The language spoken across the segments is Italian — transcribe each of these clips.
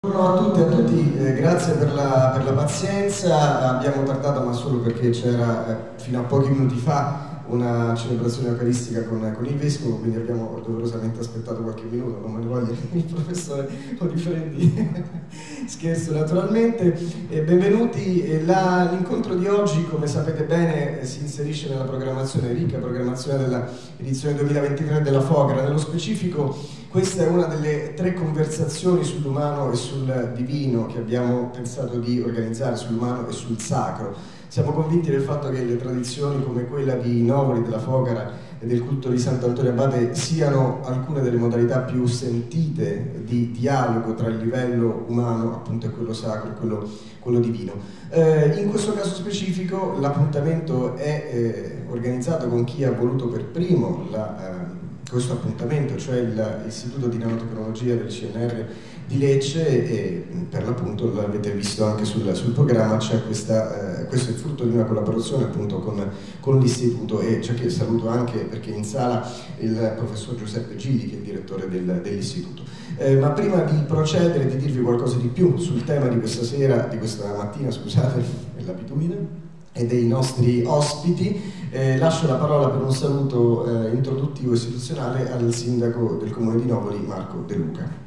Buongiorno a tutti e a tutti, grazie per la pazienza. Abbiamo tardato ma solo perché c'era fino a pochi minuti fa una celebrazione eucaristica con il Vescovo, quindi abbiamo doverosamente aspettato qualche minuto, non me ne voglia il professore Odifrendi. Scherzo naturalmente. Benvenuti. L'incontro di oggi, come sapete bene, si inserisce nella programmazione, ricca programmazione dell'edizione 2023 della Fogara. Nello specifico questa è una delle 3 conversazioni sull'umano e sul divino che abbiamo pensato di organizzare, sull'umano e sul sacro. Siamo convinti del fatto che le tradizioni come quella di Novoli, della Fogara e del culto di Sant'Antonio Abate siano alcune delle modalità più sentite di dialogo tra il livello umano, appunto, e quello sacro e quello divino. In questo caso specifico l'appuntamento è organizzato con chi ha voluto per primo questo appuntamento, cioè l'Istituto di Nanotecnologia del CNR di Lecce, e per l'appunto l'avete visto anche sul programma, c'è questo è il frutto di una collaborazione appunto con l'istituto, e c'è che saluto anche perché in sala il professor Giuseppe Gilli, che è il direttore dell'istituto. Ma prima di procedere, di dirvi qualcosa di più sul tema di questa mattina, scusate, è l'abitudine, e dei nostri ospiti, lascio la parola per un saluto introduttivo istituzionale al sindaco del comune di Novoli, Marco De Luca.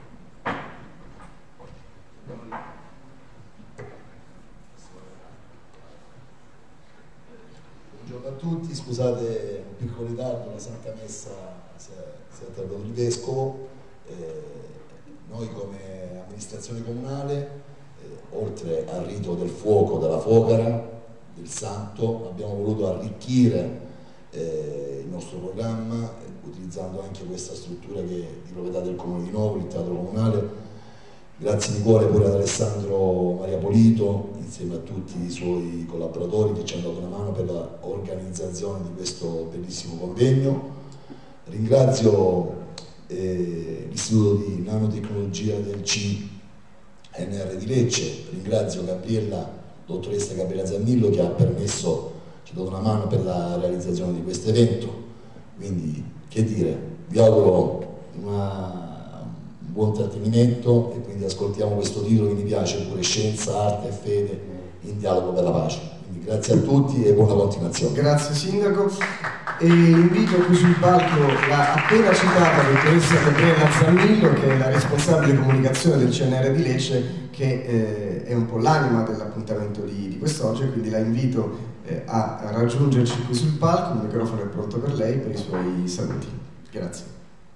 Buongiorno a tutti, scusate un piccolo ritardo, la Santa Messa si è tardato il Vescovo. Noi come amministrazione comunale, oltre al rito del fuoco della Fogara, del Santo, abbiamo voluto arricchire il nostro programma utilizzando anche questa struttura che è di proprietà del Comune di Novoli, il Teatro Comunale. Grazie di cuore pure ad Alessandro Maria Polito, insieme a tutti i suoi collaboratori che ci hanno dato una mano per l'organizzazione di questo bellissimo convegno. Ringrazio l'Istituto di Nanotecnologia del CNR di Lecce, ringrazio dottoressa Gabriella Zannillo, che ci ha dato una mano per la realizzazione di questo evento. Quindi, che dire, vi auguro un buon trattenimento e quindi ascoltiamo questo titolo che mi piace pure: Scienza, Arte e Fede in dialogo per la pace. Quindi grazie a tutti e buona continuazione. Grazie Sindaco. E invito qui sul palco la appena citata dottoressa Gabriella Zannillo, che è la responsabile comunicazione del CNR di Lecce, che è un po' l'anima dell'appuntamento di quest'oggi, e quindi la invito a raggiungerci qui sul palco. Il microfono è pronto per lei per i suoi saluti. Grazie.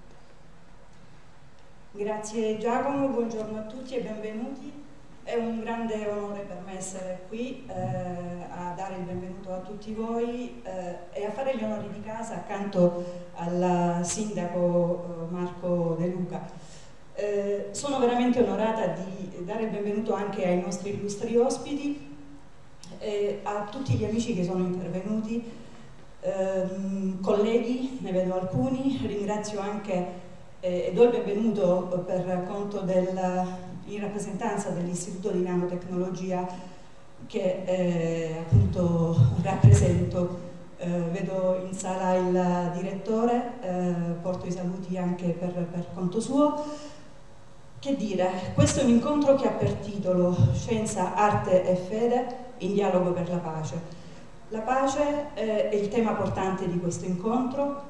Grazie Giacomo, buongiorno a tutti e benvenuti. È un grande onore per me essere qui a dare il benvenuto a tutti voi e a fare gli onori di casa accanto al sindaco Marco De Luca. Sono veramente onorata di dare il benvenuto anche ai nostri illustri ospiti, a tutti gli amici che sono intervenuti, colleghi, ne vedo alcuni. Ringrazio anche e do il benvenuto per conto in rappresentanza dell'Istituto di Nanotecnologia che appunto rappresento. Vedo in sala il direttore, porto i saluti anche per conto suo. Che dire, questo è un incontro che ha per titolo Scienza, Arte e Fede in dialogo per la pace. La pace è il tema portante di questo incontro.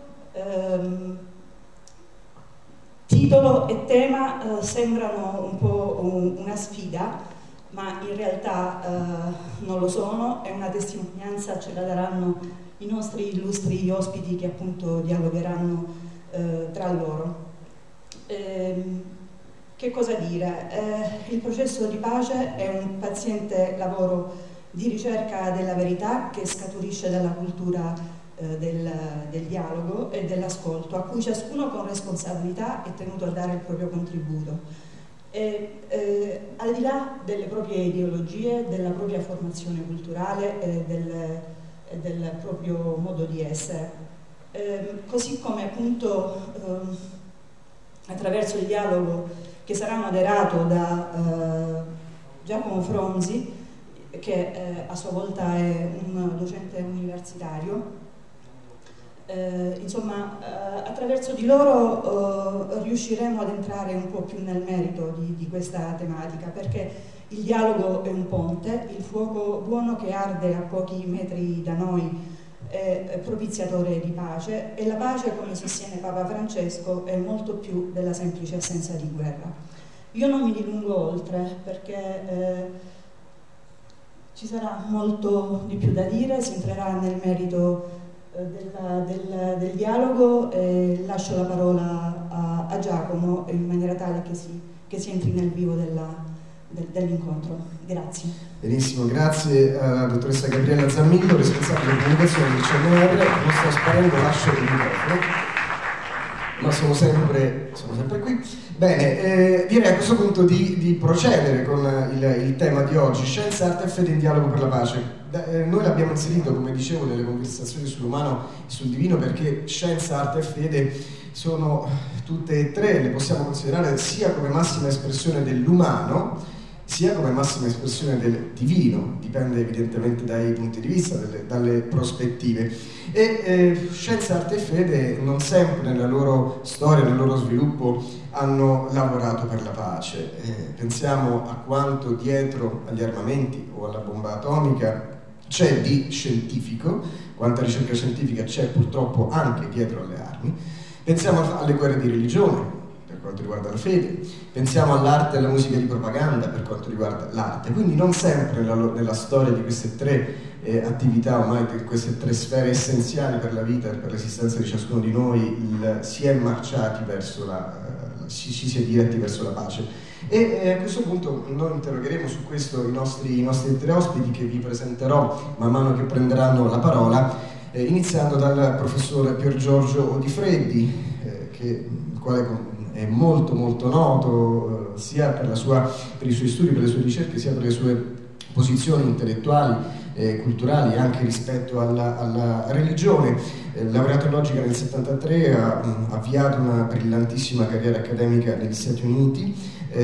Titolo e tema sembrano un po' una sfida, ma in realtà non lo sono. È una testimonianza, ce la daranno i nostri illustri ospiti che appunto dialogheranno tra loro. Che cosa dire? Il processo di pace è un paziente lavoro di ricerca della verità che scaturisce dalla cultura del dialogo e dell'ascolto, a cui ciascuno con responsabilità è tenuto a dare il proprio contributo. Al di là delle proprie ideologie, della propria formazione culturale e del proprio modo di essere. Così come appunto attraverso il dialogo che sarà moderato da Giacomo Fronzi, che a sua volta è un docente universitario, Insomma, attraverso di loro riusciremo ad entrare un po' più nel merito di questa tematica, perché il dialogo è un ponte, il fuoco buono che arde a pochi metri da noi è propiziatore di pace, e la pace, come sostiene Papa Francesco, è molto più della semplice assenza di guerra. Io non mi dilungo oltre, perché ci sarà molto di più da dire, si entrerà nel merito del dialogo, e lascio la parola a Giacomo in maniera tale che si entri nel vivo dell'incontro. Grazie. Benissimo, grazie alla dottoressa Gabriella Zammillo, responsabile comunicazione del CNR. Non sto sparendo, lascio il microfono, ma sono sempre qui. Bene, direi a questo punto di procedere con il tema di oggi, scienza, arte e fede in dialogo per la pace. Noi l'abbiamo inserito, come dicevo, nelle conversazioni sull'umano e sul divino, perché scienza, arte e fede sono tutte e tre, le possiamo considerare sia come massima espressione dell'umano, sia come massima espressione del divino, dipende evidentemente dai punti di vista, dalle prospettive. E scienza, arte e fede non sempre nella loro storia, nel loro sviluppo hanno lavorato per la pace. Pensiamo a quanto dietro agli armamenti o alla bomba atomica c'è di scientifico, quanta ricerca scientifica c'è purtroppo anche dietro alle armi. Pensiamo alle guerre di religione, per quanto riguarda la fede, pensiamo all'arte e alla musica di propaganda per quanto riguarda l'arte. Quindi non sempre nella storia di queste tre attività, ormai di queste tre sfere essenziali per la vita e per l'esistenza di ciascuno di noi, si è marciati verso ci si è diretti verso la pace. E a questo punto noi interrogheremo su questo i nostri tre ospiti, che vi presenterò man mano che prenderanno la parola, iniziando dal professor Pier Giorgio Odifreddi, il quale è molto noto sia per i suoi studi, per le sue ricerche, sia per le sue posizioni intellettuali, culturali, anche rispetto alla religione. Laureato in logica nel 1973, ha avviato una brillantissima carriera accademica negli Stati Uniti.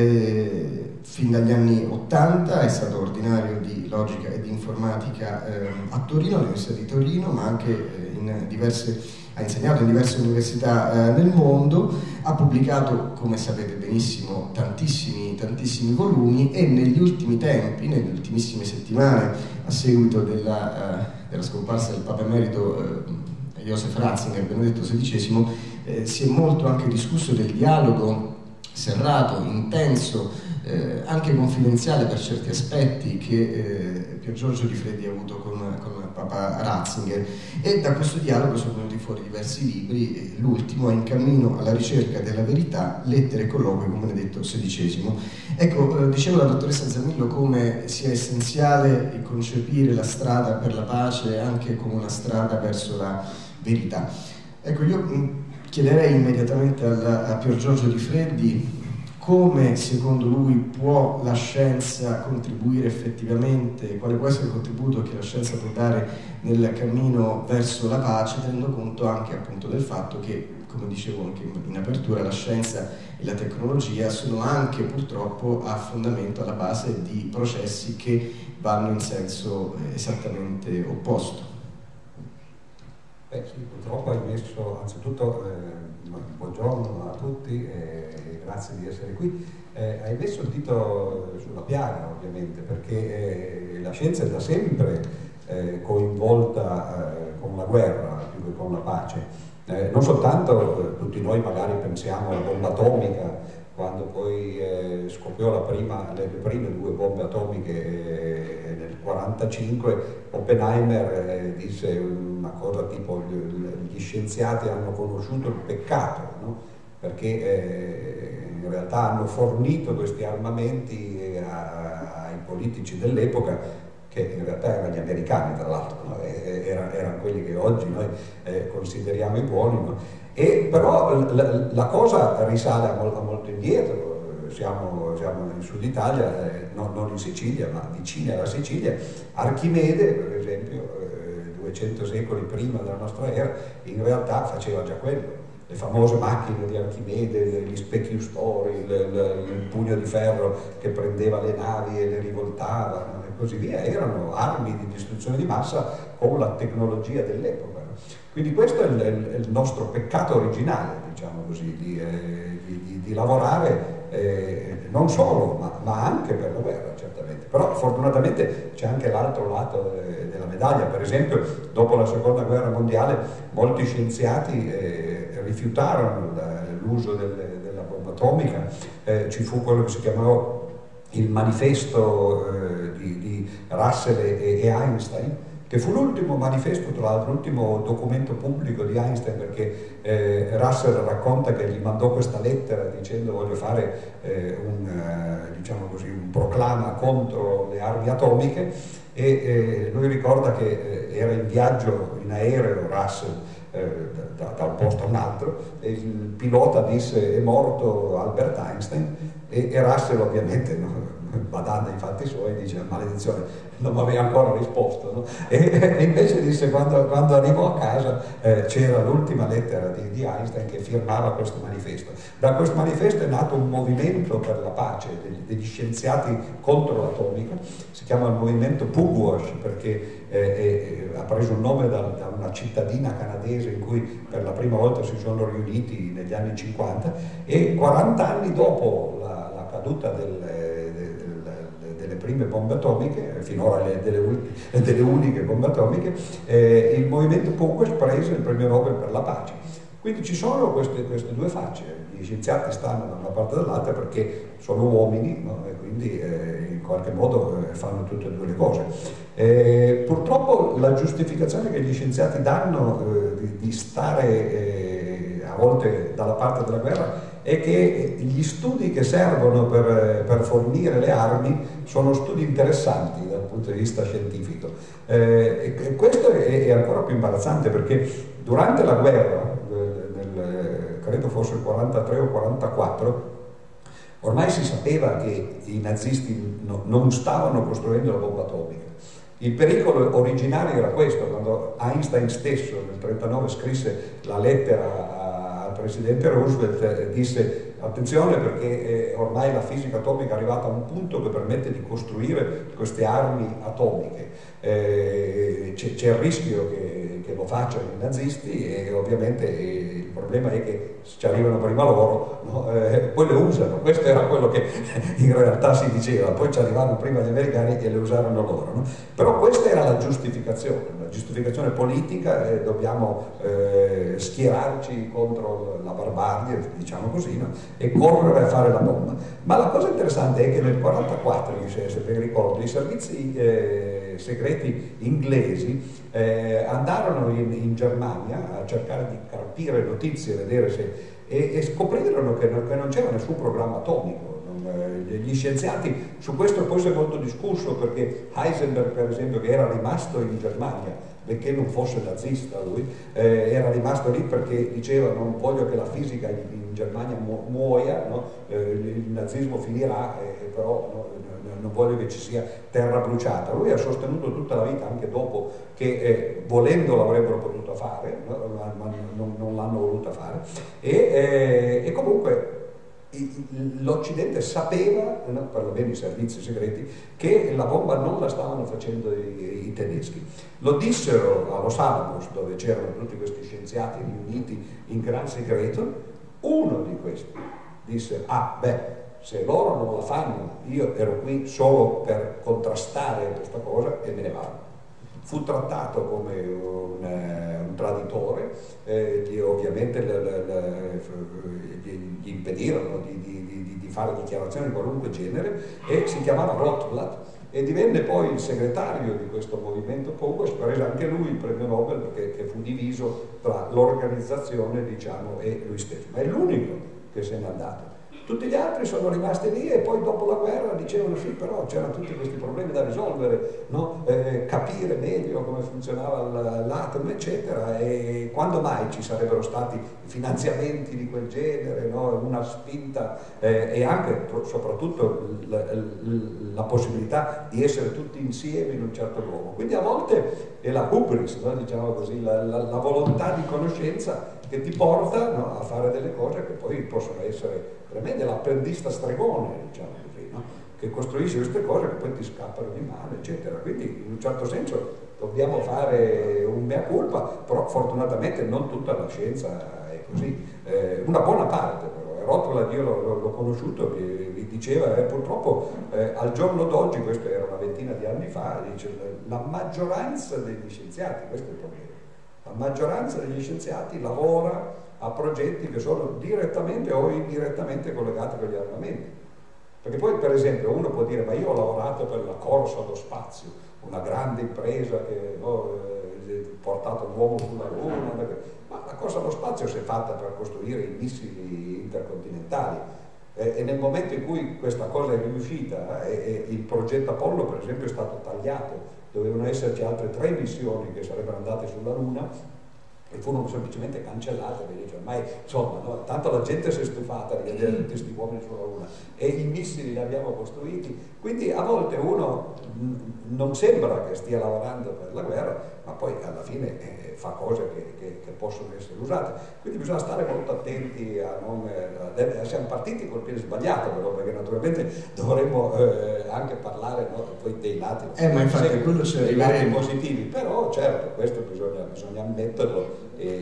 Fin dagli anni 80 è stato ordinario di logica e di informatica a Torino, all'Università di Torino, ma anche ha insegnato in diverse università nel mondo, ha pubblicato, come sapete benissimo, tantissimi volumi, e negli ultimi tempi, nelle ultimissime settimane, a seguito della scomparsa del Papa Emerito Joseph Ratzinger, Benedetto XVI, si è molto anche discusso del dialogo serrato, intenso, anche confidenziale per certi aspetti, che Pier Giorgio Odifreddi ha avuto con Papa Ratzinger, e da questo dialogo sono venuti fuori diversi libri. L'ultimo è In cammino alla ricerca della verità, lettere e colloqui con Benedetto XVI. Ecco, dicevo la dottoressa Zammillo come sia essenziale concepire la strada per la pace anche come una strada verso la verità. Ecco, io chiederei immediatamente a Pier Giorgio Odifreddi come secondo lui può la scienza contribuire effettivamente, quale può essere il contributo che la scienza può dare nel cammino verso la pace, tenendo conto anche appunto del fatto che, come dicevo anche in apertura, la scienza e la tecnologia sono anche purtroppo a fondamento, alla base di processi che vanno in senso esattamente opposto. Sì, purtroppo hai messo, anzitutto buongiorno a tutti e grazie di essere qui. Hai messo il dito sulla piaga, ovviamente, perché la scienza è da sempre coinvolta con la guerra più che con la pace. Non soltanto tutti noi magari pensiamo alla bomba atomica, quando poi scoppiò le prime due bombe atomiche nel 1945, Oppenheimer disse una cosa tipo: gli scienziati hanno conosciuto il peccato, no? Perché in realtà hanno fornito questi armamenti ai politici dell'epoca, che in realtà erano gli americani, tra l'altro, no? Erano quelli che oggi noi consideriamo i buoni, no? Però la cosa risale a molto indietro. Siamo in Sud Italia, non in Sicilia, ma vicini alla Sicilia. Archimede, per esempio, 200 secoli prima della nostra era, in realtà faceva già quello. Le famose macchine di Archimede, gli specchi stori, il pugno di ferro che prendeva le navi e le rivoltava, no? E così via, erano armi di distruzione di massa con la tecnologia dell'epoca. No? Quindi questo è il nostro peccato originale, diciamo così, di lavorare non solo, ma anche per la guerra, certamente. Però fortunatamente c'è anche l'altro lato della medaglia. Per esempio, dopo la seconda guerra mondiale molti scienziati rifiutarono l'uso della bomba atomica. Ci fu quello che si chiamava il manifesto di Russell e Einstein, che fu l'ultimo manifesto, tra l'altro l'ultimo documento pubblico di Einstein, perché Russell racconta che gli mandò questa lettera dicendo voglio fare diciamo così, un proclama contro le armi atomiche, e lui ricorda che era in viaggio in aereo Russell da un posto a un altro, e il pilota disse è morto Albert Einstein, e Russell ovviamente, no, badando ai fatti suoi, dice maledizione, non mi aveva ancora risposto, no? E invece disse quando arrivò a casa c'era l'ultima lettera di Einstein che firmava questo manifesto. Da questo manifesto è nato un movimento per la pace degli scienziati contro l'atomica, si chiama il movimento Pugwash, perché ha preso un nome da una cittadina canadese in cui per la prima volta si sono riuniti negli anni 50, e 40 anni dopo la caduta delle prime bombe atomiche, finora delle uniche bombe atomiche, il movimento Pugwash prese il premio Nobel per la pace. Quindi ci sono queste due facce, gli scienziati stanno da una parte e dall'altra perché sono uomini, no? E quindi in qualche modo fanno tutte e due le cose. Purtroppo la giustificazione che gli scienziati danno di stare a volte dalla parte della guerra è che gli studi che servono per fornire le armi sono studi interessanti dal punto di vista scientifico. E questo è ancora più imbarazzante, perché durante la guerra, credo fosse il 43 o 44, ormai si sapeva che i nazisti non stavano costruendo la bomba atomica. Il pericolo originario era questo, quando Einstein stesso nel 1939 scrisse la lettera al presidente Roosevelt, disse attenzione perché ormai la fisica atomica è arrivata a un punto che permette di costruire queste armi atomiche, c'è il rischio che lo facciano i nazisti, e ovviamente il problema è che ci arrivano prima loro, no? Poi le usano. Questo era quello che in realtà si diceva, poi ci arrivarono prima gli americani e le usarono loro, no? Però questa era la giustificazione politica, dobbiamo schierarci contro la barbarie, diciamo così, no? E correre a fare la bomba. Ma la cosa interessante è che nel 1944, se ben ricordo, i servizi segreti inglesi andarono in Germania a cercare di carpire notizie, vedere se, e scoprirono che non c'era nessun programma atomico. Gli scienziati su questo poi si è molto discusso, perché Heisenberg, per esempio, che era rimasto in Germania, benché non fosse nazista lui, era rimasto lì perché diceva non voglio che la fisica in Germania muoia, no? Il nazismo finirà, però no, non voglio che ci sia terra bruciata. Lui ha sostenuto tutta la vita, anche dopo, che volendo l'avrebbero potuto fare, no? Ma non l'hanno voluta fare, e comunque l'Occidente sapeva, no, perlomeno i servizi segreti, che la bomba non la stavano facendo i tedeschi. Lo dissero a Los Alamos, dove c'erano tutti questi scienziati riuniti in gran segreto. Uno di questi disse se loro non la fanno, io ero qui solo per contrastare questa cosa e me ne vado. Fu trattato come un traditore, ovviamente gli impedirono di fare dichiarazioni di qualunque genere, e si chiamava Rotblat e divenne poi il segretario di questo movimento Pugwash, prese anche lui il premio Nobel perché fu diviso tra l'organizzazione, diciamo, e lui stesso, ma è l'unico che se n'è andato. Tutti gli altri sono rimasti lì, e poi dopo la guerra dicevano sì, però c'erano tutti questi problemi da risolvere, no? Capire meglio come funzionava l'atomo, eccetera, e quando mai ci sarebbero stati finanziamenti di quel genere, no? Una spinta e anche soprattutto la possibilità di essere tutti insieme in un certo luogo. Quindi a volte è la hubris, no? Diciamo così, la volontà di conoscenza che ti porta, no, a fare delle cose che poi possono essere veramente l'apprendista stregone, diciamo così, no? Che costruisce queste cose che poi ti scappano di mano, eccetera. Quindi in un certo senso dobbiamo fare un mea culpa, però fortunatamente non tutta la scienza è così. Una buona parte però. Rothbard, io l'ho conosciuto, vi diceva, purtroppo al giorno d'oggi, questo era una ventina di anni fa, dice, la maggioranza degli scienziati, questo è il problema, la maggioranza degli scienziati lavora a progetti che sono direttamente o indirettamente collegati con gli armamenti. Perché poi, per esempio, uno può dire, ma io ho lavorato per la corsa allo spazio, una grande impresa che ha portato l'uomo sulla Luna, ma la corsa allo spazio si è fatta per costruire i missili intercontinentali. E nel momento in cui questa cosa è riuscita, il progetto Apollo, per esempio, è stato tagliato, dovevano esserci altre 3 missioni che sarebbero andate sulla Luna, e furono semplicemente cancellate, perché dice, ormai insomma, no, tanto la gente si è stufata di vedere tutti questi uomini sulla Luna e i missili li abbiamo costruiti, quindi a volte uno non sembra che stia lavorando per la guerra, ma poi alla fine fa cose che possono essere usate, quindi bisogna stare molto attenti a non siamo partiti col piede sbagliato però, perché naturalmente dovremmo anche parlare, no, poi dei lati ma infatti quello dei lati positivi, però certo questo bisogna ammetterlo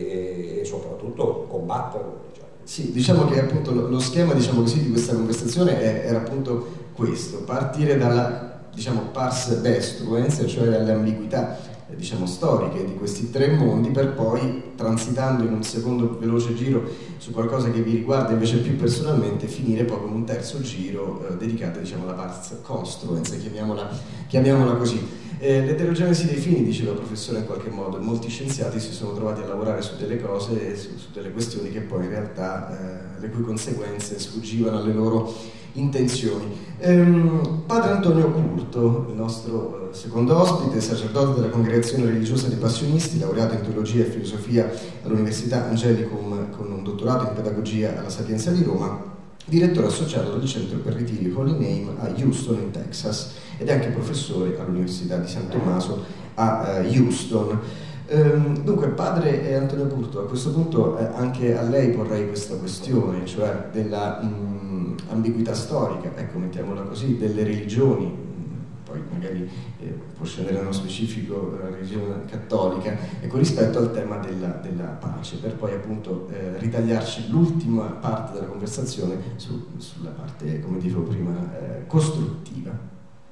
e soprattutto combatterlo, diciamo. Sì, diciamo che appunto lo schema, diciamo così, di questa conversazione era appunto questo: partire dalla, diciamo, pars destruens, cioè dalle ambiguità, diciamo, storiche di questi 3 mondi, per poi, transitando in un secondo veloce giro su qualcosa che vi riguarda invece più personalmente, finire poi con un terzo giro dedicato, diciamo, alla pars construens, chiamiamola così. L'eterogenesi dei fini, diceva il professore in qualche modo, molti scienziati si sono trovati a lavorare su delle cose, su delle questioni che poi in realtà, le cui conseguenze sfuggivano alle loro intenzioni. Padre Antonio Curto, il nostro secondo ospite, sacerdote della Congregazione Religiosa dei Passionisti, laureato in teologia e filosofia all'Università Angelicum con un dottorato in pedagogia alla Sapienza di Roma, direttore associato del centro per ritiri Holy Name a Houston in Texas ed è anche professore all'Università di San Tommaso a Houston. Dunque, padre Antonio Curto, a questo punto anche a lei porrei questa questione, cioè della ambiguità storica, ecco, mettiamola così, delle religioni, poi magari può scendere nello specifico la religione cattolica, ecco, rispetto al tema della pace, per poi appunto ritagliarci l'ultima parte della conversazione sulla parte, come dicevo prima, costruttiva.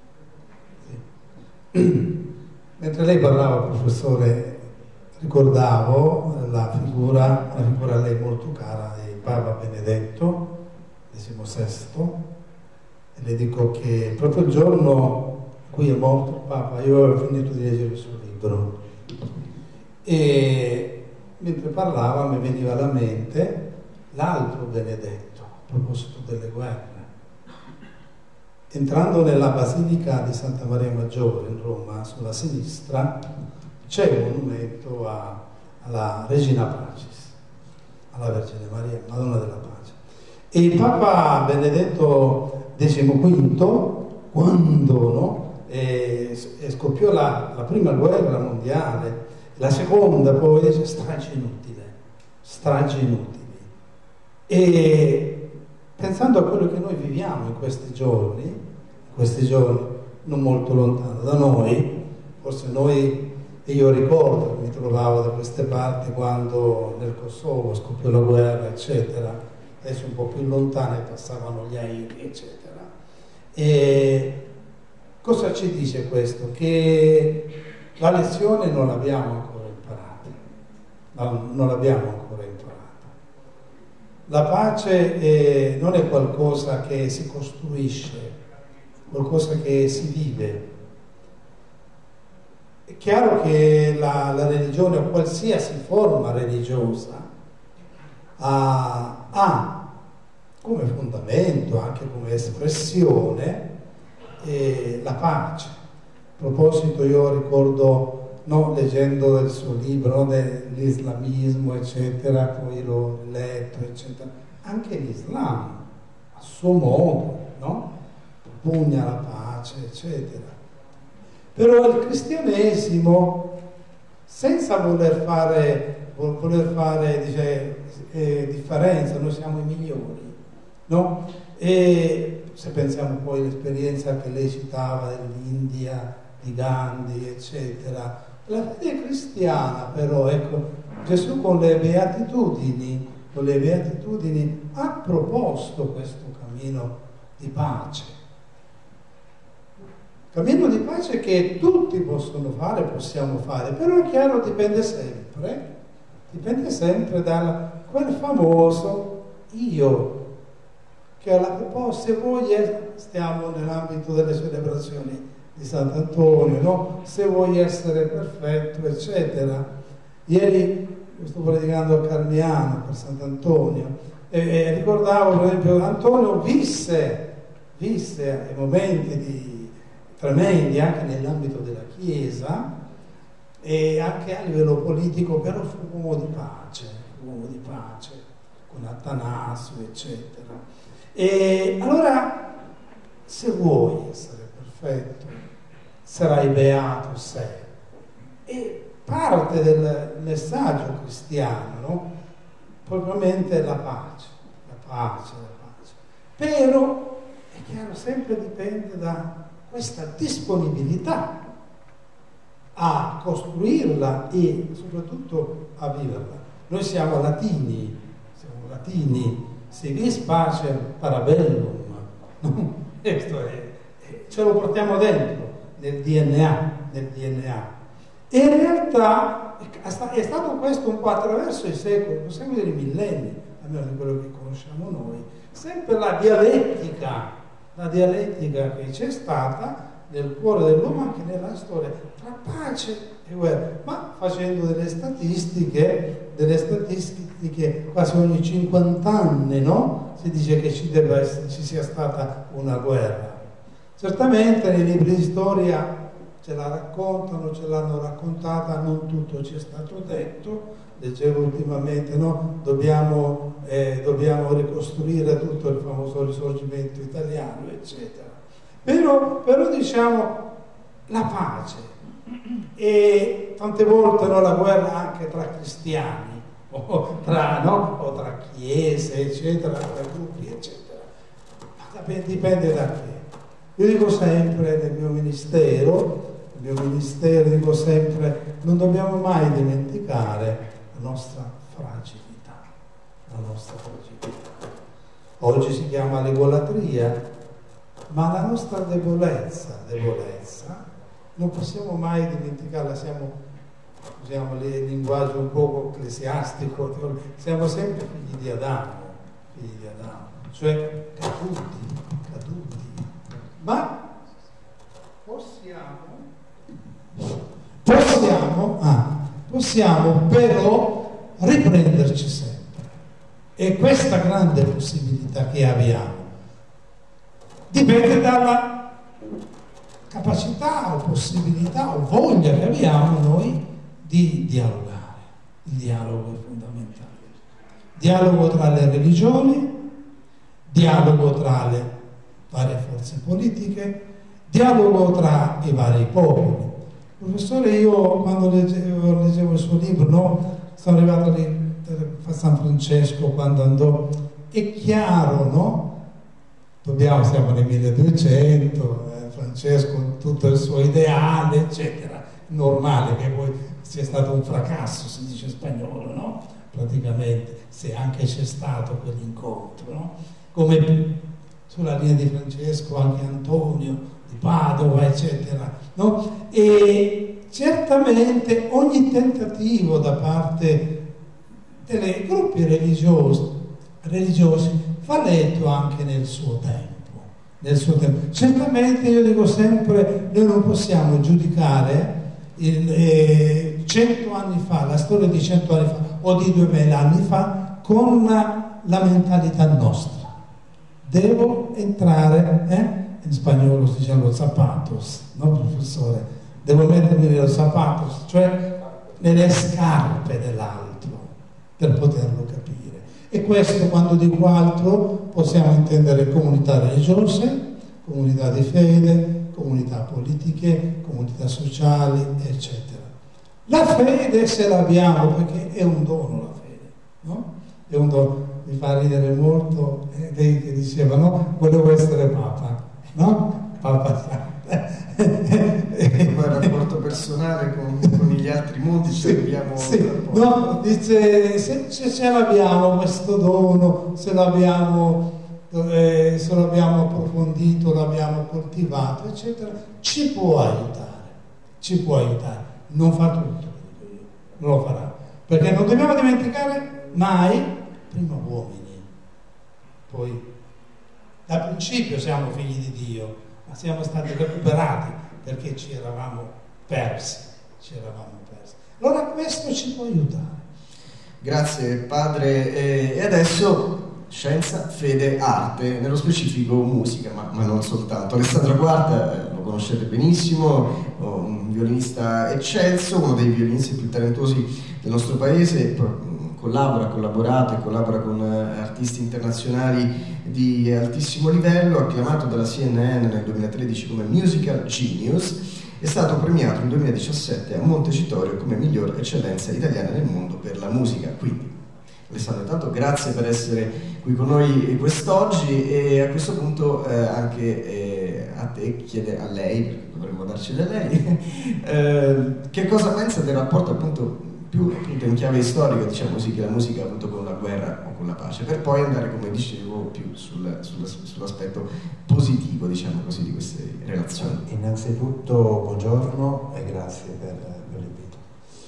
Mentre lei parlava, professore, ricordavo la figura a lei molto cara di Papa Benedetto XVI, e le dico che proprio il giorno in cui è morto il Papa, io avevo finito di leggere il suo libro e mentre parlava mi veniva alla mente l'altro Benedetto a proposito delle guerre. Entrando nella Basilica di Santa Maria Maggiore in Roma, sulla sinistra, c'è un monumento alla Regina Pacis, alla Vergine Maria, Madonna della Pace. E il Papa Benedetto XV, quando no, scoppiò la prima guerra mondiale, la seconda poi dice stragi inutili. E pensando a quello che noi viviamo in questi giorni non molto lontano da noi, forse noi, e io ricordo che mi trovavo da queste parti quando nel Kosovo scoppiò la guerra, eccetera, adesso un po' più lontane passavano gli aerei, eccetera. E cosa ci dice questo? Che la lezione non l'abbiamo ancora imparata. La pace non è qualcosa che si costruisce, qualcosa che si vive. È chiaro che la religione o qualsiasi forma religiosa ha come fondamento, anche come espressione, la pace. A proposito, io ricordo, leggendo il suo libro dell'islamismo, eccetera, poi l'ho letto, eccetera, anche l'Islam, a suo modo, propugna la pace, eccetera. Però il cristianesimo, senza voler fare voler fare differenza, noi siamo i migliori, no? E se pensiamo poi all'esperienza che lei citava dell'India, di Gandhi, eccetera, la fede cristiana però, ecco, Gesù con le beatitudini ha proposto questo cammino di pace. Cammino di pace che tutti possono fare, possiamo fare, però è chiaro, dipende sempre da quel famoso io che alla proposta, se vuoi, stiamo nell'ambito delle celebrazioni di Sant'Antonio, no? Se vuoi essere perfetto, eccetera. Ieri sto predicando a Carmiano per Sant'Antonio e ricordavo, per esempio, Antonio visse momenti tremendi anche nell'ambito della Chiesa e anche a livello politico, però fu un uomo di pace con Atanasio, eccetera. E allora, se vuoi essere perfetto, sarai beato sei. E parte del messaggio cristiano, no? Propriamente la pace. Però, è chiaro, sempre dipende da questa disponibilità a costruirla e soprattutto a viverla. Noi siamo latini, si vis pacem parabellum, no? Questo ce lo portiamo dentro nel DNA. E in realtà è stato questo un po' attraverso i secoli, possiamo dire i millenni, almeno di quello che conosciamo noi, sempre la dialettica che c'è stata nel cuore dell'uomo, anche nella storia, tra pace e guerra, ma facendo delle statistiche quasi ogni 50 anni, no? Si dice che ci sia stata una guerra. Certamente nei libri di storia ce la raccontano, ce l'hanno raccontata, non tutto ci è stato detto. Leggevo ultimamente, no? Dobbiamo ricostruire tutto il famoso risorgimento italiano, eccetera. Però diciamo la pace, e tante volte, no, la guerra anche tra cristiani o tra chiese, eccetera, tra gruppi, eccetera. Ma dipende da che. Io dico sempre nel mio ministero dico sempre, non dobbiamo mai dimenticare la nostra fragilità. Oggi si chiama l'egolatria, ma la nostra debolezza, non possiamo mai dimenticarla. Usiamo il linguaggio un po' ecclesiastico, siamo sempre figli di Adamo, cioè caduti. Ma possiamo però riprenderci sempre. E questa grande possibilità che abbiamo dipende dalla capacità o possibilità o voglia che abbiamo noi di dialogare. Il dialogo è fondamentale. Dialogo tra le religioni, dialogo tra le varie forze politiche, dialogo tra i vari popoli. Professore, io quando leggevo il suo libro, no, sono arrivato lì a San Francesco quando andò, è chiaro, no? Siamo nel 1200, Francesco, tutto il suo ideale, eccetera. Normale che poi sia stato un fracasso, si dice in spagnolo, no? Praticamente, se anche c'è stato quell'incontro, no? Come sulla linea di Francesco anche Antonio di Padova, eccetera, no? E certamente ogni tentativo da parte dei gruppi religiosi va letto anche nel suo tempo. Certamente io dico sempre, noi non possiamo giudicare 100 anni fa, la storia di 100 anni fa o di 2000 anni fa con la mentalità nostra. Devo entrare, in spagnolo si dice los zapatos, no professore? Devo mettermi nello zapatos, cioè nelle scarpe dell'altro per poterlo capire. E questo, quando dico altro, possiamo intendere comunità religiose, comunità di fede, comunità politiche, comunità sociali, eccetera. La fede ce l'abbiamo perché è un dono la fede, no? È un dono. Mi fa ridere molto lei che diceva no, volevo essere papa, no? Papa il rapporto personale con gli altri mondi no, dice se ce l'abbiamo questo dono, se l'abbiamo approfondito, l'abbiamo coltivato, eccetera, ci può aiutare, non fa tutto, non lo farà, perché non dobbiamo dimenticare mai, prima uomini, poi da principio siamo figli di Dio, ma siamo stati recuperati perché ci eravamo persi. Allora questo ci può aiutare. Grazie padre. E adesso scienza, fede, arte, nello specifico musica, ma non soltanto. Alessandro Guarda, lo conoscete benissimo, un violinista eccelso, uno dei violinisti più talentuosi del nostro paese, ha collaborato e collabora con artisti internazionali di altissimo livello, acclamato dalla CNN nel 2013 come Musical Genius. È stato premiato nel 2017 a Montecitorio come miglior eccellenza italiana nel mondo per la musica. Quindi, Alessandro, intanto grazie per essere qui con noi quest'oggi, e a questo punto anche a te, chiede a lei, perché dovremmo darci da lei, che cosa pensa del rapporto appunto più appunto in chiave storica, diciamo così, che la musica ha avuto con la guerra o con la pace, per poi andare, come dicevo, più sull'aspetto positivo, diciamo così, di queste relazioni. Innanzitutto buongiorno e grazie per l'invito.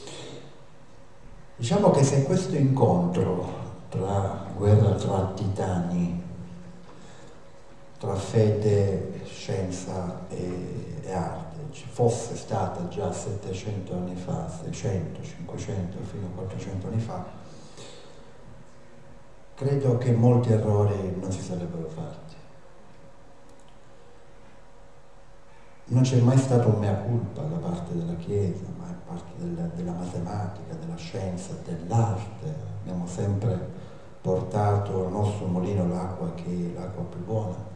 Diciamo che se questo incontro tra guerra tra titani, tra fede, scienza e arte, ci fosse stata già 700 anni fa, 600, 500, fino a 400 anni fa, credo che molti errori non si sarebbero fatti. Non c'è mai stato un mea culpa da parte della Chiesa, ma da parte della matematica, della scienza, dell'arte. Abbiamo sempre portato al nostro mulino l'acqua che è l'acqua più buona.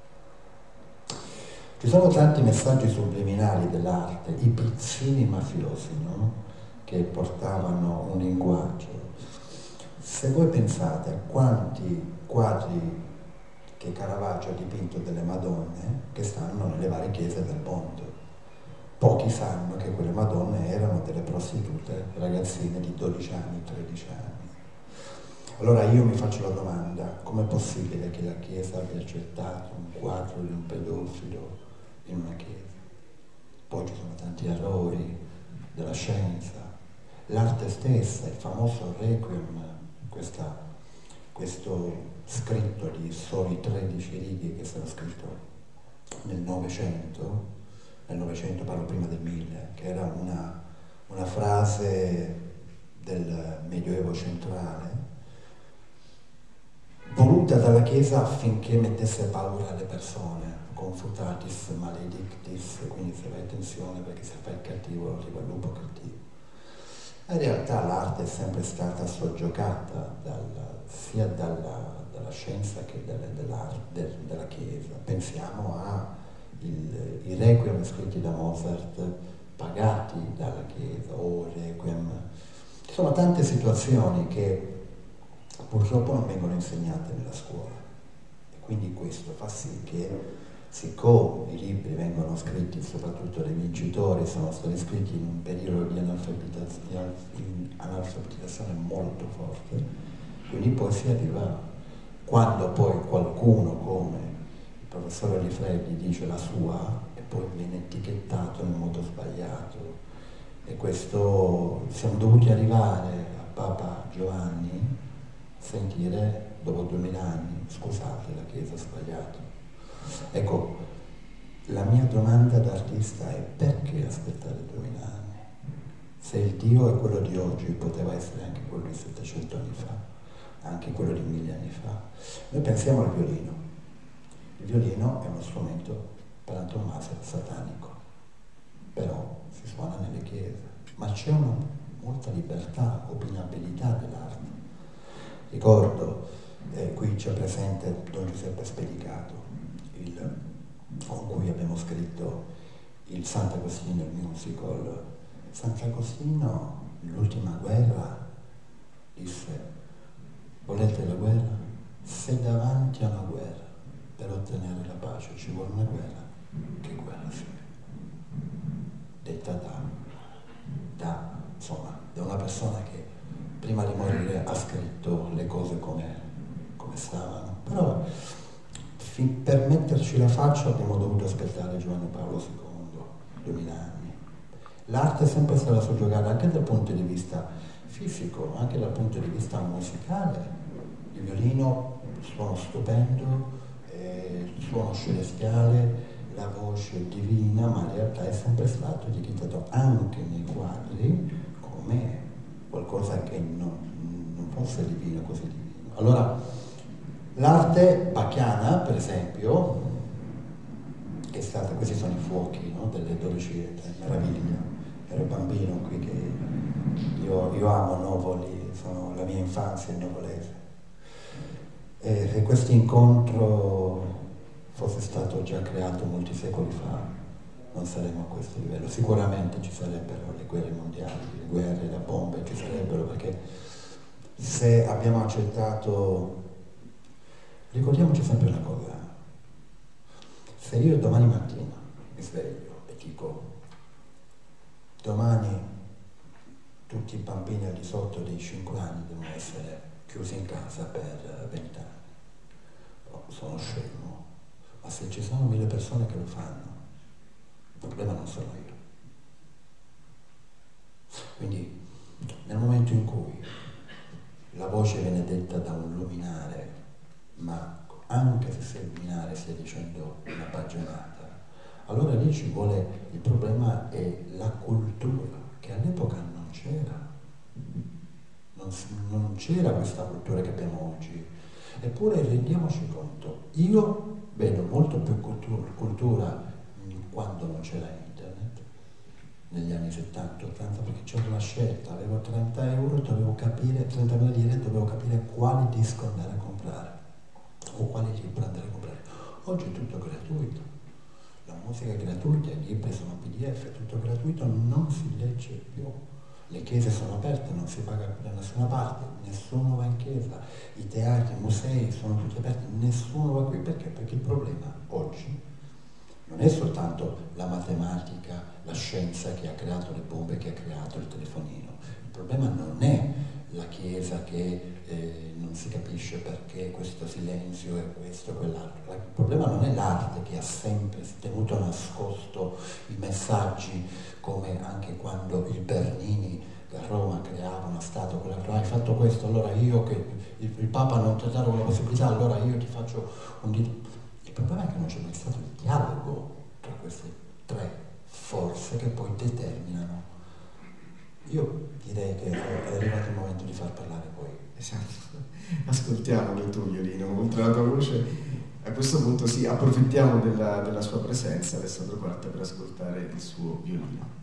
Ci sono tanti messaggi subliminali dell'arte, i pizzini mafiosi, no? Che portavano un linguaggio. Se voi pensate a quanti quadri che Caravaggio ha dipinto delle Madonne che stanno nelle varie chiese del mondo, pochi sanno che quelle Madonne erano delle prostitute ragazzine di 12 anni, 13 anni. Allora io mi faccio la domanda, com'è possibile che la Chiesa abbia accettato un quadro di un pedofilo in una chiesa? Poi ci sono tanti errori della scienza, l'arte stessa, il famoso Requiem, questo scritto di soli 13 righe che sarà scritto nel Novecento parlo prima del 1000, che era una frase del Medioevo centrale, voluta dalla Chiesa affinché mettesse paura alle persone, confutatis maledictis, quindi se vai attenzione perché se fai il cattivo arriva il lupo cattivo. In realtà l'arte è sempre stata soggiogata sia dalla scienza che della Chiesa. Pensiamo ai requiem scritti da Mozart, pagati dalla Chiesa, o requiem. Ci sono tante situazioni che purtroppo non vengono insegnate nella scuola, e quindi questo fa sì che, siccome i libri vengono scritti, soprattutto dai vincitori, sono stati scritti in un periodo di analfabetizzazione molto forte, quindi poi si arriva, quando poi qualcuno come il professore Rifreddi dice la sua, e poi viene etichettato in modo sbagliato, e questo siamo dovuti arrivare a Papa Giovanni a sentire dopo 2000 anni, scusate, la Chiesa ha sbagliato. Ecco, la mia domanda d'artista è: perché aspettare 2000 anni? Se il Dio è quello di oggi, poteva essere anche quello di 700 anni fa, anche quello di 1000 anni fa. Noi pensiamo al violino. Il violino è uno strumento per antonomasia satanico, però si suona nelle chiese, ma c'è molta libertà, opinabilità dell'arte. Ricordo, qui c'è presente Don Giuseppe Spedicato, con cui abbiamo scritto il Sant'Agostino Musical, Sant'Agostino, nell'ultima guerra, disse: volete la guerra? Se davanti a una guerra per ottenere la pace ci vuole una guerra, che guerra sia? Detta da una persona che prima di morire ha scritto le cose come stavano. Però per metterci la faccia abbiamo dovuto aspettare Giovanni Paolo II, 2000 anni. L'arte è sempre stata soggiogata anche dal punto di vista fisico, anche dal punto di vista musicale. Il violino, suono stupendo, suono celestiale, la voce è divina, ma in realtà è sempre stato etichettato anche nei quadri come qualcosa che non fosse divino, così divino. Allora, l'arte bacchiana, per esempio, che è stata, questi sono i fuochi, no, delle 12 meraviglie. Ero bambino qui che io amo Novoli, sono la mia infanzia in novolese. E se questo incontro fosse stato già creato molti secoli fa, non saremmo a questo livello. Sicuramente ci sarebbero le guerre mondiali, le guerre, le bombe, ci sarebbero, perché se abbiamo accettato, ricordiamoci sempre una cosa: se io domani mattina mi sveglio e dico domani tutti i bambini al di sotto dei 5 anni devono essere chiusi in casa per 20 anni, sono scemo. Ma se ci sono 1000 persone che lo fanno, il problema non sono io. Quindi nel momento in cui la voce viene detta da un luminare, ma anche se il luminare stia dicendo una baggianata, allora lì ci vuole, il problema è la cultura, che all'epoca non c'era. Non c'era questa cultura che abbiamo oggi. Eppure rendiamoci conto, io vedo molto più cultura quando non c'era internet, negli anni 70-80, perché c'era la scelta, avevo 30 euro, dovevo capire, 30.000 lire, dovevo capire quale disco andare a comprare o quale libro andare a comprare. Oggi è tutto gratuito, la musica è gratuita, i libri sono PDF, è tutto gratuito, non si legge più. Le chiese sono aperte, non si paga da nessuna parte, nessuno va in chiesa, i teatri, i musei sono tutti aperti, nessuno va qui. Perché? Perché il problema oggi non è soltanto la matematica, la scienza che ha creato le bombe, che ha creato il telefonino. Il problema non è la chiesa che non si capisce perché questo silenzio e questo e quell'altro. Il problema non è l'arte che ha sempre tenuto nascosto i messaggi, come anche quando il Bernini a Roma creava una statua, quella che hai fatto questo, allora io che il Papa non ti ha dato quella possibilità, allora io ti faccio un dito. Il problema è che non c'è mai stato il dialogo tra queste tre forze che poi determinano. Io direi che è arrivato il momento di far parlare voi. Esatto, ascoltiamo il tuo violino, oltre alla tua voce. A questo punto sì, approfittiamo della sua presenza, Alessandro Quarta, per ascoltare il suo violino.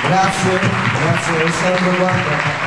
Grazie Alessandro, guarda.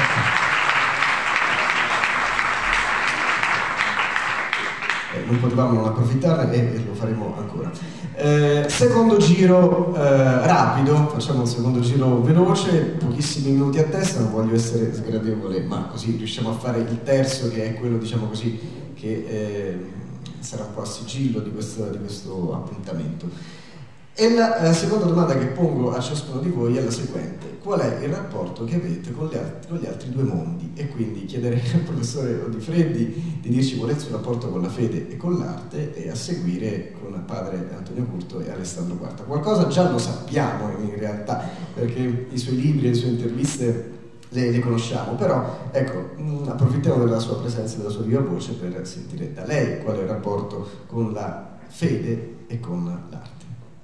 Non potevamo non approfittarne e lo faremo ancora. Secondo giro rapido, facciamo un secondo giro veloce, pochissimi minuti a testa, non voglio essere sgradevole, ma così riusciamo a fare il terzo, che è quello, diciamo così, che sarà un po' a sigillo di questo appuntamento. E la seconda domanda che pongo a ciascuno di voi è la seguente: qual è il rapporto che avete con gli altri due mondi? E quindi chiederei al professore Odifreddi di dirci qual è il suo rapporto con la fede e con l'arte, e a seguire con padre Antonio Curto e Alessandro Quarta. Qualcosa già lo sappiamo in realtà, perché i suoi libri e le sue interviste le conosciamo, però ecco, approfittiamo della sua presenza e della sua viva voce per sentire da lei qual è il rapporto con la fede e con l'arte.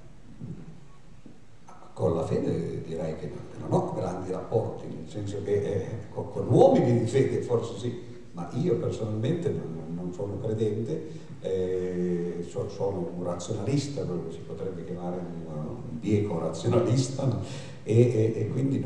Con la fede direi che non ho grandi rapporti, nel senso che con uomini di fede forse sì, ma io personalmente non sono credente, sono un razionalista, quello che si potrebbe chiamare un bieco razionalista, no? e quindi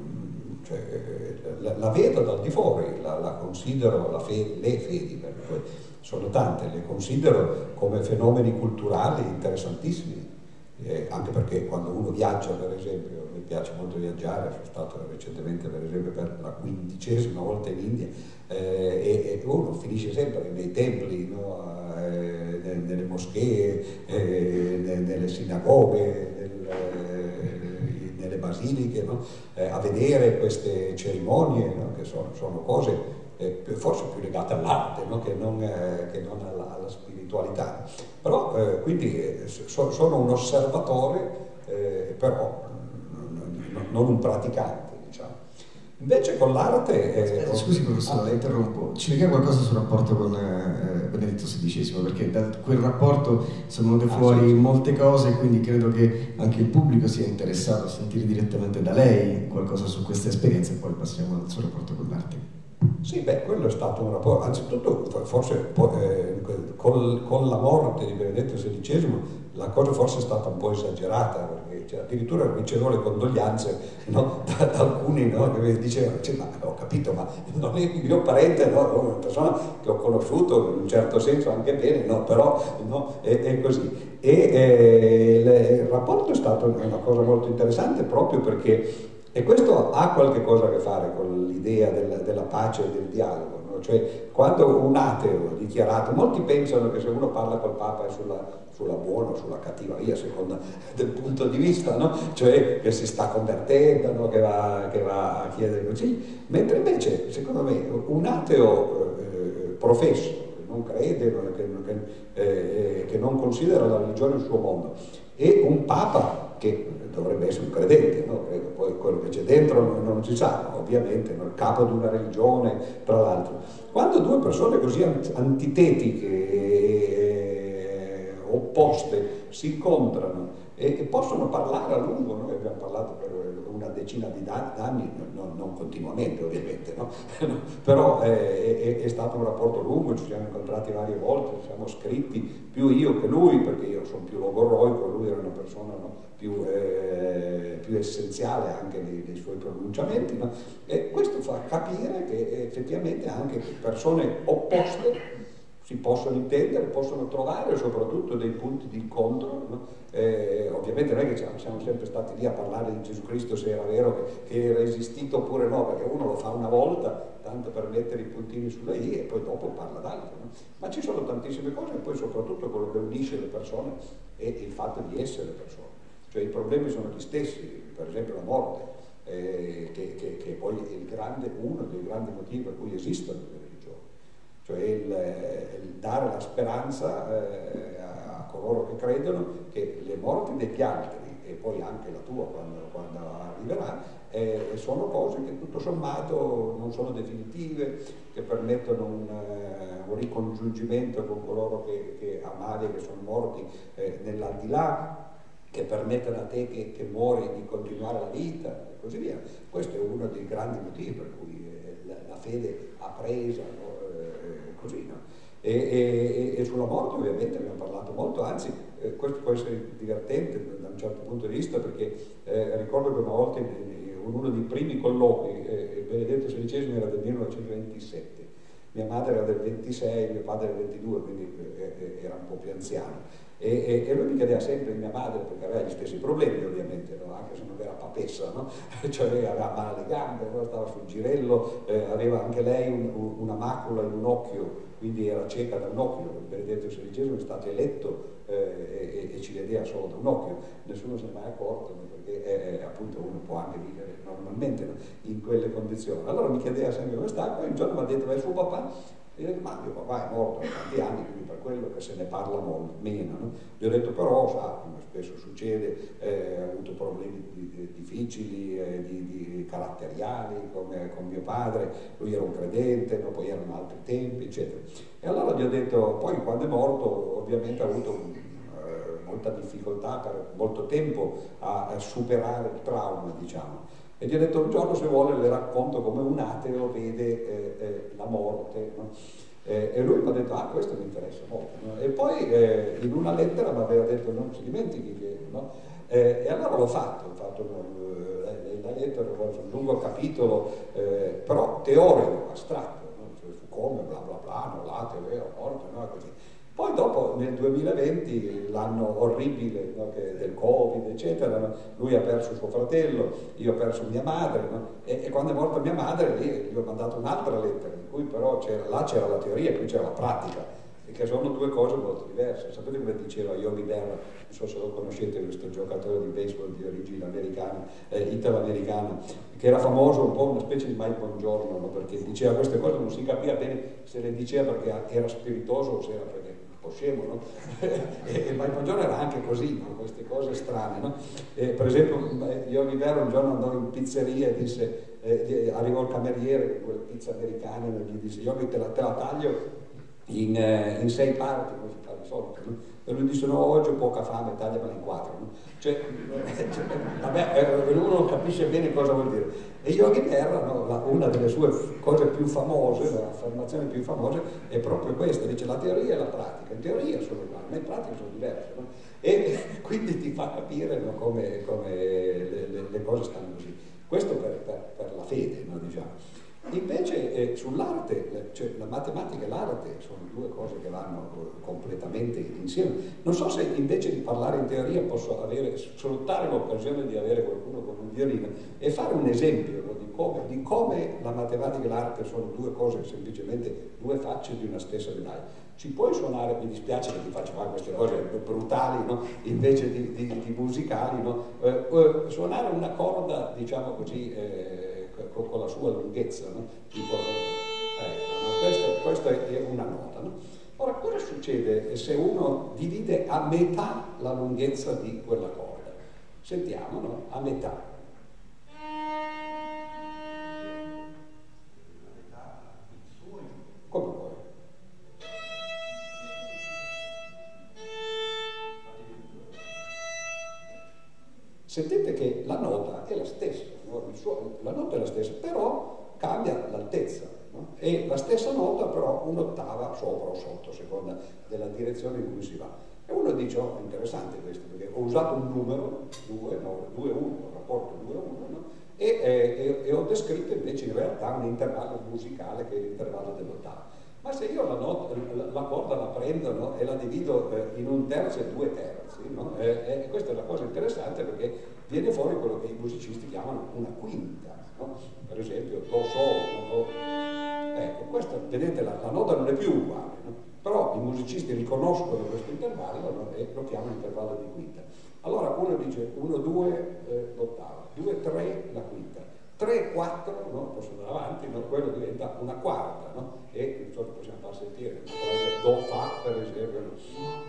la vedo dal di fuori, la considero le fedi, perché poi sono tante, le considero come fenomeni culturali interessantissimi. Anche perché quando uno viaggia, per esempio, mi piace molto viaggiare, sono stato recentemente per esempio per la 15ª volta in India, e uno finisce sempre nei templi, no? Nelle moschee, nelle sinagoghe, nelle basiliche, no? A vedere queste cerimonie, no? Che sono cose forse più legate all'arte, no? che non alla spiritualità. Però quindi sono un osservatore, però non un praticante, diciamo. Invece con l'arte... Scusi professore, la interrompo. Ci dica qualcosa sul rapporto con Benedetto XVI, perché da quel rapporto sono venute fuori molte cose, quindi credo che anche il pubblico sia interessato a sentire direttamente da lei qualcosa su questa esperienza, e poi passiamo al suo rapporto con l'arte. Sì, quello è stato un rapporto, anzitutto forse con la morte di Benedetto XVI la cosa forse è stata un po' esagerata, perché addirittura ricevevo le condoglianze, no? da alcuni, no? Che mi dicevano, ma ho capito, ma non è il mio parente, no? È una persona che ho conosciuto in un certo senso anche bene, no? Però no? È così. Il rapporto è stato una cosa molto interessante, proprio perché, e questo ha qualche cosa a che fare con l'idea della pace e del dialogo, no? Cioè, quando un ateo ha dichiarato, molti pensano che se uno parla col Papa è sulla buona o sulla cattiva via, a seconda del punto di vista, no? Cioè che si sta convertendo, no? che va a chiedere così, mentre invece, secondo me, un ateo professo, che non crede, che non considera la religione il suo mondo, e un Papa che dovrebbe essere un credente, no? Credo, poi quello che c'è dentro non si sa, ovviamente, no? Il capo di una religione, tra l'altro. Quando due persone così antitetiche, opposte, si incontrano e possono parlare a lungo, noi abbiamo parlato per una decina di anni, non continuamente ovviamente, no? Però è stato un rapporto lungo, ci siamo incontrati varie volte, ci siamo scritti, più io che lui, perché io sono più logorroico, lui era una persona, no? più essenziale anche nei suoi pronunciamenti, no? E questo fa capire che effettivamente anche persone opposte si possono intendere, possono trovare soprattutto dei punti di incontro, no? Ovviamente non è che siamo sempre stati lì a parlare di Gesù Cristo, se era vero che era esistito oppure no, perché uno lo fa una volta tanto per mettere i puntini sulle i e poi dopo parla d'altro, no? Ma ci sono tantissime cose, e poi soprattutto quello che unisce le persone è il fatto di essere persone, cioè i problemi sono gli stessi, per esempio la morte, che poi è uno dei grandi motivi per cui esistono le religioni, cioè il dare la speranza a coloro che credono che le morti degli altri, e poi anche la tua quando arriverà, sono cose che tutto sommato non sono definitive, che permettono un ricongiungimento con coloro che amavi e che sono morti nell'aldilà, che permettono a te che muori di continuare la vita e così via. Questo è uno dei grandi motivi per cui la fede ha presa, no? Così, no? E sulla morte ovviamente abbiamo parlato molto, anzi questo può essere divertente da un certo punto di vista, perché ricordo che una volta uno dei primi colloqui, Benedetto XVI era del 1927, mia madre era del 26, mio padre del 22, quindi era un po' più anziano. E lui mi chiedeva sempre di mia madre, perché aveva gli stessi problemi ovviamente, no? Anche se non era papessa, no? Cioè aveva male alle gambe, no? Stava sul girello, aveva anche lei una macula in un occhio, quindi era cieca da un occhio. Benedetto XVI è stato eletto e ci vedeva solo da un occhio, nessuno se ne è mai accorto, no? Perché appunto uno può anche vivere normalmente, no? In quelle condizioni. Allora mi chiedeva sempre come sta, poi un giorno mi ha detto: vai suo papà. E ho detto: ma mio papà è morto da tanti anni, quindi per quello che se ne parla molto, meno, no? Gli ho detto: però, sa, come spesso succede, ha avuto problemi difficili, caratteriali, come con mio padre, lui era un credente, no? Poi erano altri tempi, eccetera. E allora gli ho detto, poi quando è morto ovviamente ha avuto molta difficoltà per molto tempo a superare il trauma, diciamo. E gli ho detto: un giorno, se vuole, le racconto come un ateo vede la morte, no? E lui mi ha detto: ah, questo mi interessa molto, no? E poi in una lettera mi aveva detto: non si dimentichi che, no? E allora l'ho fatto la lettera, un lungo capitolo, però teorico, astratto, no? Cioè, come bla bla bla, no? L'ateo è morto, no? Così. Poi dopo, nel 2020, l'anno orribile, no, del Covid, eccetera, no? Lui ha perso suo fratello, io ho perso mia madre, no? E quando è morta mia madre, lì gli ho mandato un'altra lettera, in cui però c'era la teoria e qui c'era la pratica, e che sono due cose molto diverse. Sapete come diceva Yogi Berra? Non so se lo conoscete, questo giocatore di baseball di origine americana, italo-americana, che era famoso, un po' una specie di Mike Bongiorno, no? Perché diceva queste cose, non si capiva bene se le diceva perché era spiritoso o se era perché un po' scemo, no? E Mike Bongiorno era anche così, no? Queste cose strane, no? Per esempio Yogi Berra un giorno andò in pizzeria e disse, arrivò il cameriere con quelle pizze americane e gli disse: Yogi, te la taglio in 6 parti, come si fa di solito, no? E lui disse: no, oggi ho poca fame, tagliamela in 4, no? Cioè, vabbè, uno non capisce bene cosa vuol dire. E Yogi Berra, no, una delle sue cose più famose, l'affermazione più famose è proprio questa: dice: la teoria e la pratica, in teoria sono uguali, ma in pratica sono diverse, no? E quindi ti fa capire, no, come le cose stanno così. Questo per la fede, no, diciamo. Invece sull'arte, cioè la matematica e l'arte sono due cose che vanno completamente insieme. Non so se invece di parlare in teoria posso sfruttare l'occasione di avere qualcuno con un violino e fare un esempio, no, di come la matematica e l'arte sono due cose, semplicemente due facce di una stessa medaglia. Ci puoi suonare, mi dispiace che ti faccio fare queste cose brutali, no? Invece di musicali, no? Suonare una corda, diciamo così, con la sua lunghezza, no? Tipo, no? Questa è una nota, no? Ora, cosa succede se uno divide a metà la lunghezza di quella corda? Sentiamo, no? A metà. Come vuoi? Sentite che la nota è la stessa, no? La nota è la stessa, però cambia l'altezza, no? E la stessa nota però un'ottava sopra o sotto, a seconda della direzione in cui si va. E uno dice: oh, interessante questo, perché ho usato un numero, 2, 1, un rapporto 2, 1, no? E ho descritto invece in realtà un intervallo musicale che è l'intervallo dell'ottava. Ma se io la corda la prendo, no, e la divido in un terzo e 2 terzi, no? Questa è una cosa interessante, perché viene fuori quello che i musicisti chiamano una quinta, no? Per esempio do sol, no? Ecco, questa, vedete, la nota non è più uguale, no? Però i musicisti riconoscono questo intervallo, no? E lo chiamano intervallo di quinta. Allora uno dice 1, 2 l'ottava, 2, 3 la quinta, 3, 4, no? Posso andare avanti, no? Quello diventa una quarta, no? E insomma possiamo far sentire do fa, per esempio, no?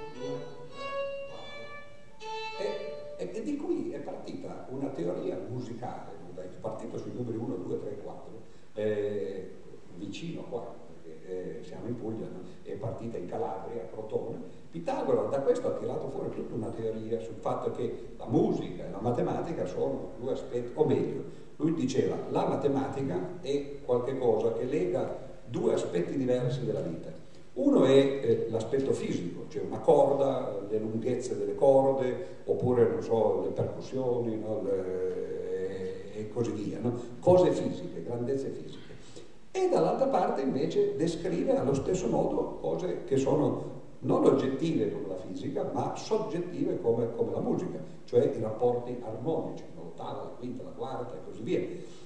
E di qui è partita una teoria musicale, è partito sui numeri 1, 2, 3, 4, vicino qua, perché siamo in Puglia, no? È partita in Calabria, a Crotone. Pitagora da questo ha tirato fuori tutta una teoria sul fatto che la musica e la matematica sono due aspetti, o meglio, lui diceva: la matematica è qualche cosa che lega due aspetti diversi della vita. Uno è l'aspetto fisico, cioè una corda, le lunghezze delle corde, oppure, non so, le percussioni, no? E così via, no? Cose fisiche, grandezze fisiche. E dall'altra parte invece descrive allo stesso modo cose che sono non oggettive come la fisica, ma soggettive come la musica, cioè i rapporti armonici, l'ottava, la quinta, la quarta e così via.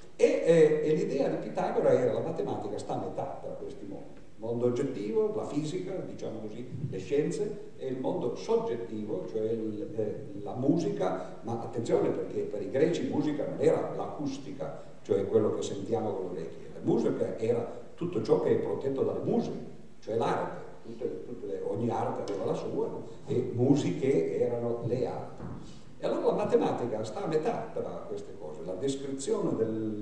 E l'idea di Pitagora era: la matematica sta a metà tra questi mondi. Il mondo oggettivo, la fisica, diciamo così, le scienze, e il mondo soggettivo, cioè la musica, ma attenzione, perché per i greci musica non era l'acustica, cioè quello che sentiamo con le orecchie. La musica era tutto ciò che è protetto dalle musiche, cioè l'arte. Ogni arte aveva la sua, no? E musiche erano le arti. E allora la matematica sta a metà tra queste cose: la descrizione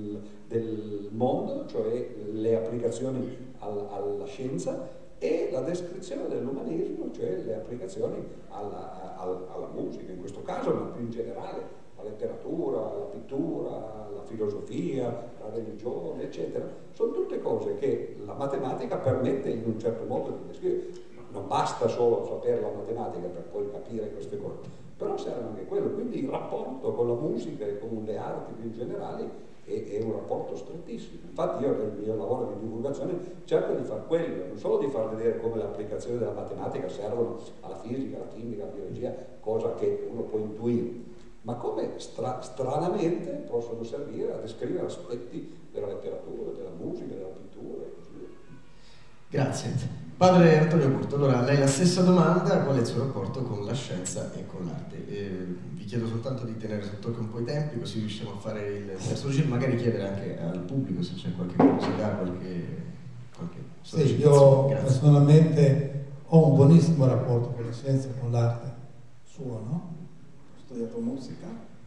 del mondo, cioè le applicazioni alla scienza, e la descrizione dell'umanesimo, cioè le applicazioni alla musica, in questo caso, ma più in generale la letteratura, la pittura, la filosofia, la religione, eccetera. Sono tutte cose che la matematica permette in un certo modo di descrivere. Non basta solo sapere la matematica per poi capire queste cose, però serve anche quello. Quindi il rapporto con la musica e con le arti più generali è un rapporto strettissimo. Infatti io nel mio lavoro di divulgazione cerco di far quello, non solo di far vedere come le applicazioni della matematica servono alla fisica, alla chimica, alla biologia, cosa che uno può intuire, ma come stranamente possono servire a descrivere aspetti della letteratura, della musica, della pittura e così via. Grazie. Padre Antonio Curto, allora lei la stessa domanda: qual è il suo rapporto con la scienza e con l'arte? Vi chiedo soltanto di tenere sott'occhio un po' i tempi, così riusciamo a fare il terzo giro, magari chiedere anche al pubblico se c'è qualche curiosità, qualche Sì, io personalmente ho un buonissimo rapporto con la scienza e con l'arte suo, no? Ho studiato musica.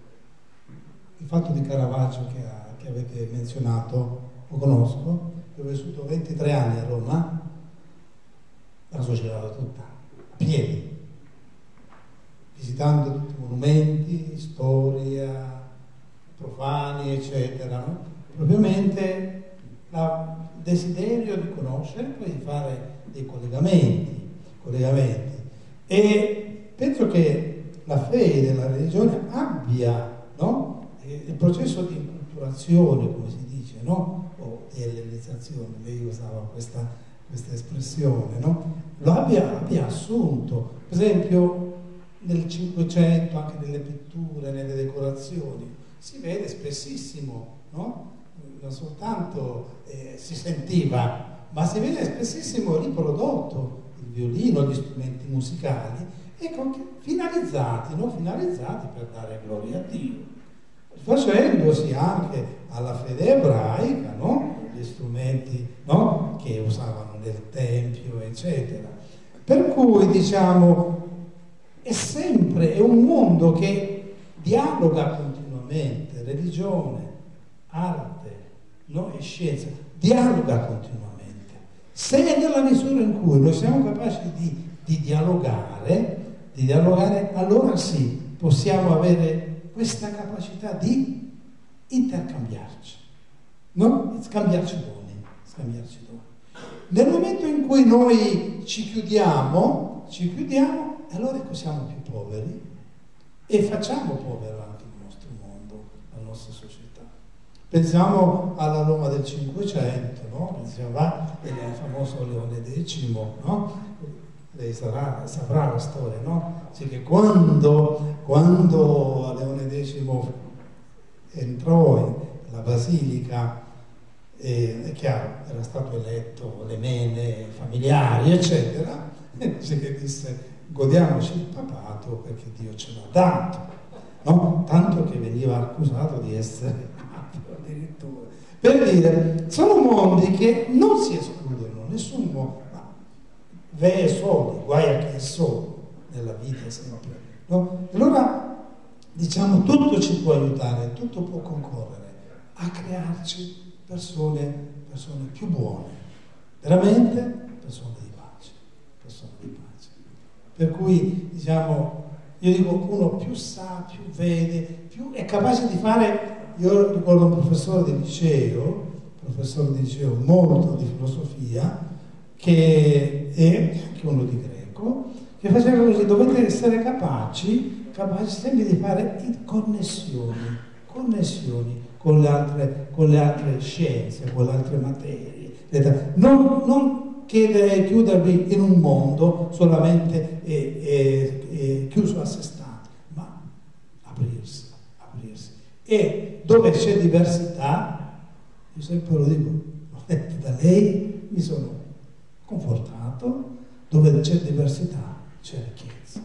Il fatto di Caravaggio che avete menzionato lo conosco, ho vissuto 23 anni a Roma, la so girata tutta, a piedi, visitando tutti i monumenti, storia, profani, eccetera, no? Propriamente il desiderio di conoscere, poi di fare dei collegamenti. E penso che la fede, la religione abbia, no? Il processo di inculturazione, come si dice, no? O di ellenizzazione, lei usava questa espressione, no? Lo abbia assunto. Per esempio nel Cinquecento, anche nelle pitture, nelle decorazioni, si vede spessissimo, no? Non soltanto si sentiva, ma si vede spessissimo riprodotto il violino, gli strumenti musicali, finalizzati per dare gloria a Dio, facendosi anche alla fede ebraica, no? Gli strumenti, no? Che usavano nel tempio, eccetera. Per cui, diciamo, è un mondo che dialoga continuamente, religione, arte, no? E scienza, dialoga continuamente. Se nella misura in cui noi siamo capaci di dialogare, allora sì, possiamo avere questa capacità di intercambiarci, no? Scambiarci doni. Nel momento in cui noi ci chiudiamo, allora ecco, siamo più poveri e facciamo povero anche il nostro mondo, la nostra società. Pensiamo alla Roma del Cinquecento, no? Pensiamo al famoso Leone X, no? Lei saprà la storia, no? Sì, che quando Leone X entrò nella basilica, è chiaro, era stato eletto le mene familiari, eccetera, che disse: godiamoci il papato perché Dio ce l'ha dato, no? Tanto che veniva accusato di essere papato addirittura. Per dire, sono mondi che non si escludono, nessuno, ma ve e soli, guai a chi è solo nella vita sempre, no? Allora, diciamo, tutto ci può aiutare, tutto può concorrere a crearci persone più buone, veramente persone di pace. Per cui, diciamo, io dico, uno più sa, più vede, più è capace di fare. Io ricordo un professore di liceo molto di filosofia, che è anche uno di greco, che faceva così: dovete essere capaci sempre di fare connessioni connessioni con le altre scienze, con le altre materie. Non chiudervi in un mondo solamente chiuso a sé stante, ma aprirsi. E dove c'è diversità, io sempre lo dico, da lei mi sono confortato, dove c'è diversità c'è ricchezza.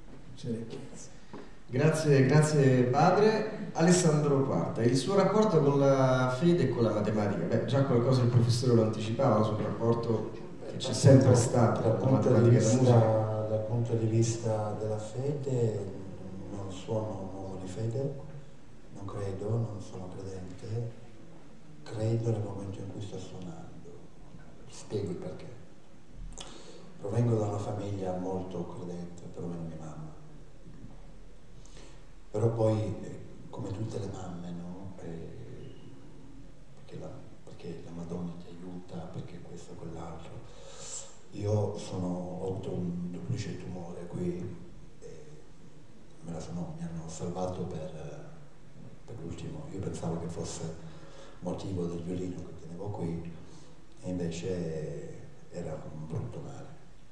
Grazie padre. Alessandro Quarta, il suo rapporto con la fede e con la matematica? Beh, già qualcosa il professore lo anticipava sul rapporto che c'è sempre stato tra la matematica e la musica. Dal punto di vista della fede, non sono un uomo di fede, non credo, non sono credente, credo nel momento in cui sto suonando. Spiego il perché. Provengo da una famiglia molto credente, perlomeno mia mamma. Però poi, come tutte le mamme, no? Perché la Madonna ti aiuta, perché questo e quell'altro. Io ho avuto un duplice tumore qui, mi hanno salvato per l'ultimo. Io pensavo che fosse motivo del violino che tenevo qui, e invece era un brutto male.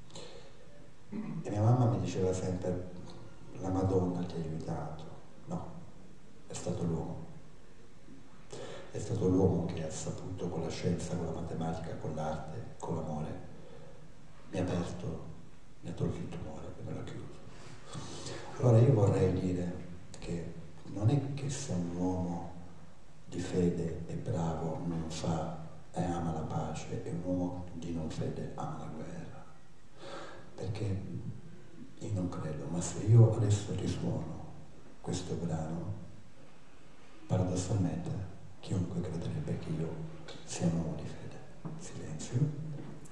E mia mamma mi diceva sempre: la Madonna ti ha aiutato. No, è stato l'uomo. È stato l'uomo che ha saputo, con la scienza, con la matematica, con l'arte, con l'amore, mi ha aperto, mi ha tolto il tumore e me l'ha chiuso. Allora io vorrei dire che non è che se un uomo di fede è bravo, non fa e ama la pace, e un uomo di non fede ama la guerra. Perché io non credo, ma se io adesso risuono questo brano, paradossalmente chiunque crederebbe che io sia un uomo di fede. Silenzio.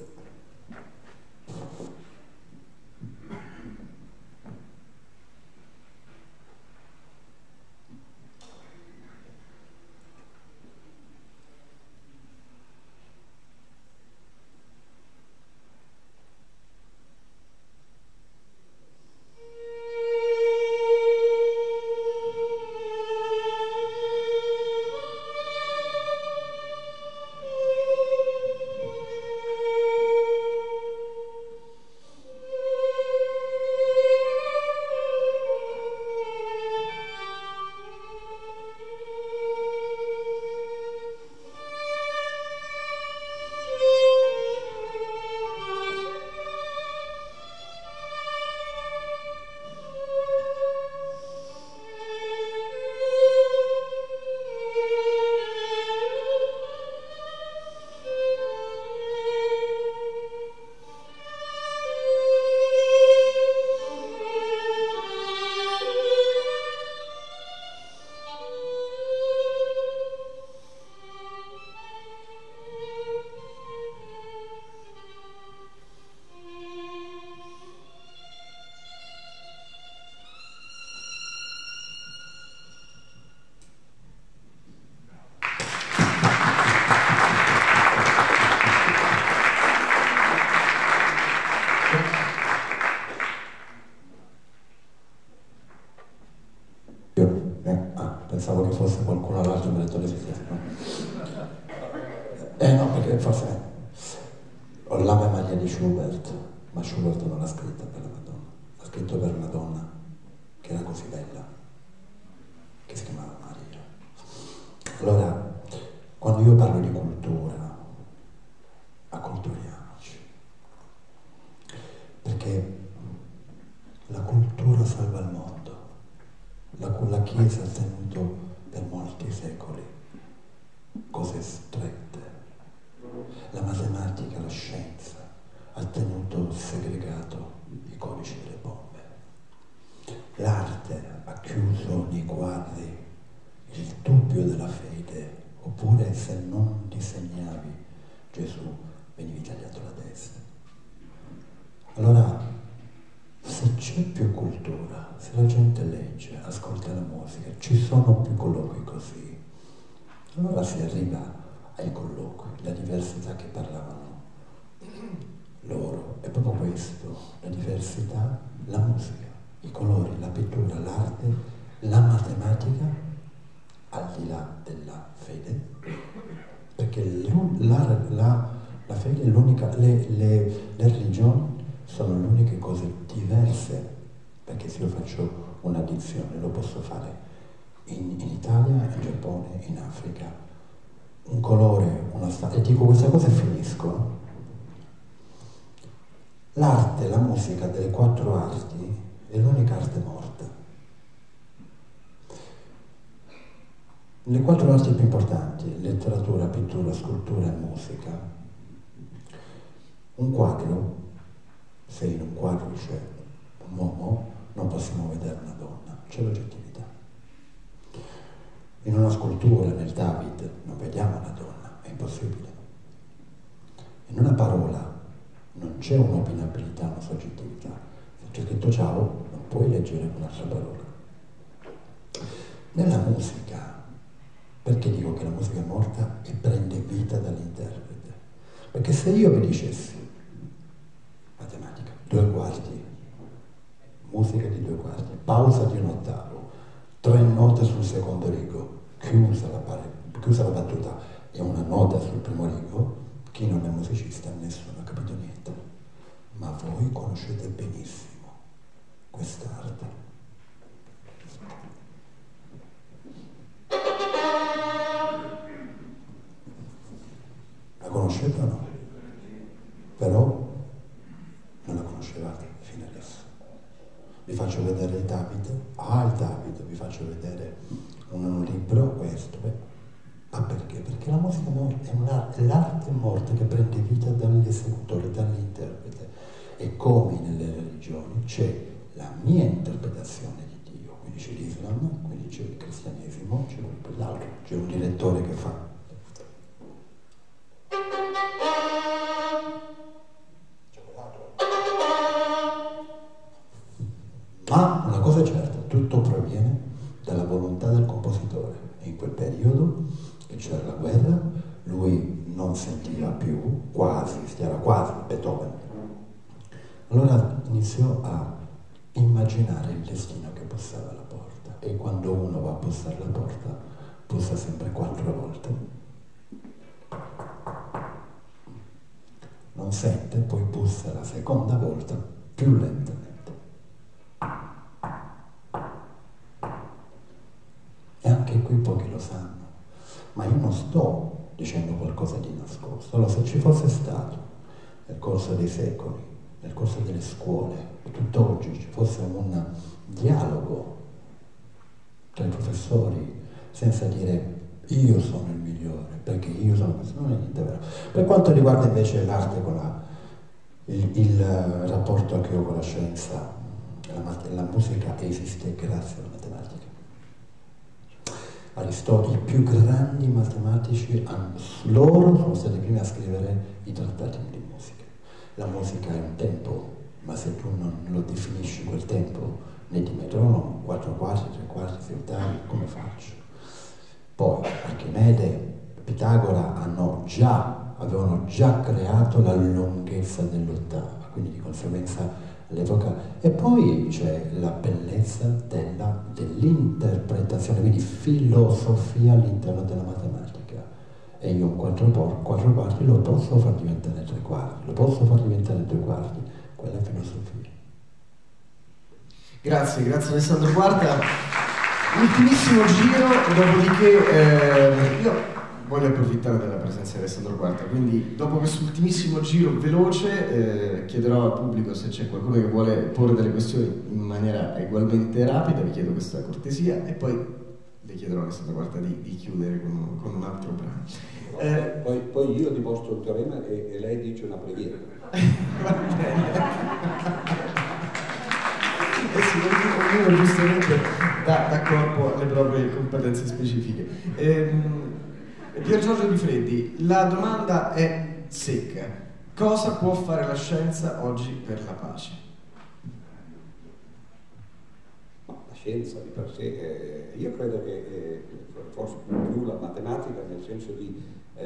Pensavo che fosse qualcuno all'altro mi ha detto no, perché forse ho l'Ave Maria di Schubert, ma Schubert non l'ha scritta per la Madonna, l'ha scritto per una donna che era così bella, che si chiamava Maria. Allora, quando io parlo di cultura, acculturiamoci, perché la cultura salva il mondo. La Chiesa ha tenuto per molti secoli cose strette, la matematica, la scienza ha tenuto segregato i codici delle bombe, l'arte ha chiuso nei quadri il dubbio della fede, oppure se non disegnavi Gesù venivi tagliato la testa. Allora, se c'è più cultura, se la gente legge, ascolta la musica, ci sono più colloqui così, allora si arriva ai colloqui, la diversità che parlavano loro, è proprio questo, la diversità, la musica, i colori, la pittura, l'arte, la matematica al di là della fede, perché la fede è l'unica, le religioni sono le uniche cose diverse, perché se io faccio un'addizione lo posso fare in Italia, in Giappone, in Africa, un colore, una storia, e dico questa cosa e finisco. L'arte, la musica delle 4 arti è l'unica arte morta. Le 4 arti più importanti, letteratura, pittura, scultura e musica. Un quadro, se in un quadro c'è un uomo, non possiamo vedere una donna, c'è l'oggettività. In una scultura, nel David, non vediamo una donna, è impossibile. In una parola non c'è un'opinabilità, una soggettività. Se c'è scritto ciao, non puoi leggere un'altra parola. Nella musica, perché dico che la musica è morta e prende vita dall'interprete? Perché se io vi dicessi matematica, 2 quarti, musica di 2 quarti, pausa di un ottavo, 3 note sul secondo rigo, chiusa la battuta e una nota sul primo rigo, chi non è musicista nessuno ha capito niente. Ma voi conoscete benissimo quest'arte. La conoscete o no? Però non la conoscevate fino adesso. Vi faccio vedere il David, il David, vi faccio vedere un libro, questo. Ma perché? Perché la musica è l'arte morta che prende vita dall'esecutore, dall'interprete. E come nelle religioni c'è la mia interpretazione di Dio, quindi c'è l'Islam, quindi c'è il cristianesimo, c'è l'altro, c'è un direttore che fa. Ma una cosa è certa, tutto proviene dalla volontà del compositore. E in quel periodo, che c'era la guerra, lui non sentiva più, era quasi Beethoven. Allora iniziò a immaginare il destino che bussava alla porta. E quando uno va a bussare alla porta, bussa sempre 4 volte. Non sente, poi bussa la seconda volta più lentamente. E anche qui pochi lo sanno, ma io non sto dicendo qualcosa di nascosto. Allora, se ci fosse stato nel corso dei secoli, nel corso delle scuole, tutt'oggi ci fosse un dialogo tra i professori senza dire io sono il migliore, perché io sono questo, non è niente vero. Per quanto riguarda invece l'arte con il rapporto che ho con la scienza, la musica esiste grazie alla matematica. Aristotele, i più grandi matematici, loro sono stati i primi a scrivere i trattati di musica. La musica è un tempo, ma se tu non lo definisci quel tempo, né di metronomo, 4 quarti, 3 quarti, 6 ottavi, come faccio? Poi Archimede, Pitagora avevano già creato la lunghezza dell'ottava, quindi di conseguenza l'epoca. E poi c'è la bellezza dell'interpretazione, quindi filosofia all'interno della matematica. E io un 4 quarti lo posso far diventare 3 quarti, lo posso far diventare 2 quarti, quella è filosofia. Grazie Alessandro Quarta. Ultimissimo giro, dopodiché io voglio approfittare della presenza di Alessandro Quarta, quindi dopo questo ultimissimo giro veloce chiederò al pubblico se c'è qualcuno che vuole porre delle questioni in maniera ugualmente rapida, vi chiedo questa cortesia e poi le chiederò a Alessandro Quarta di chiudere con un altro brano. Poi io dimostro il teorema e lei dice una preghiera. Va bene. Sì, ognuno giustamente dà corpo alle proprie competenze specifiche. Pier Giorgio Di Freddi, la domanda è secca. Cosa può fare la scienza oggi per la pace? La scienza di per sé, io credo che forse più la matematica nel senso di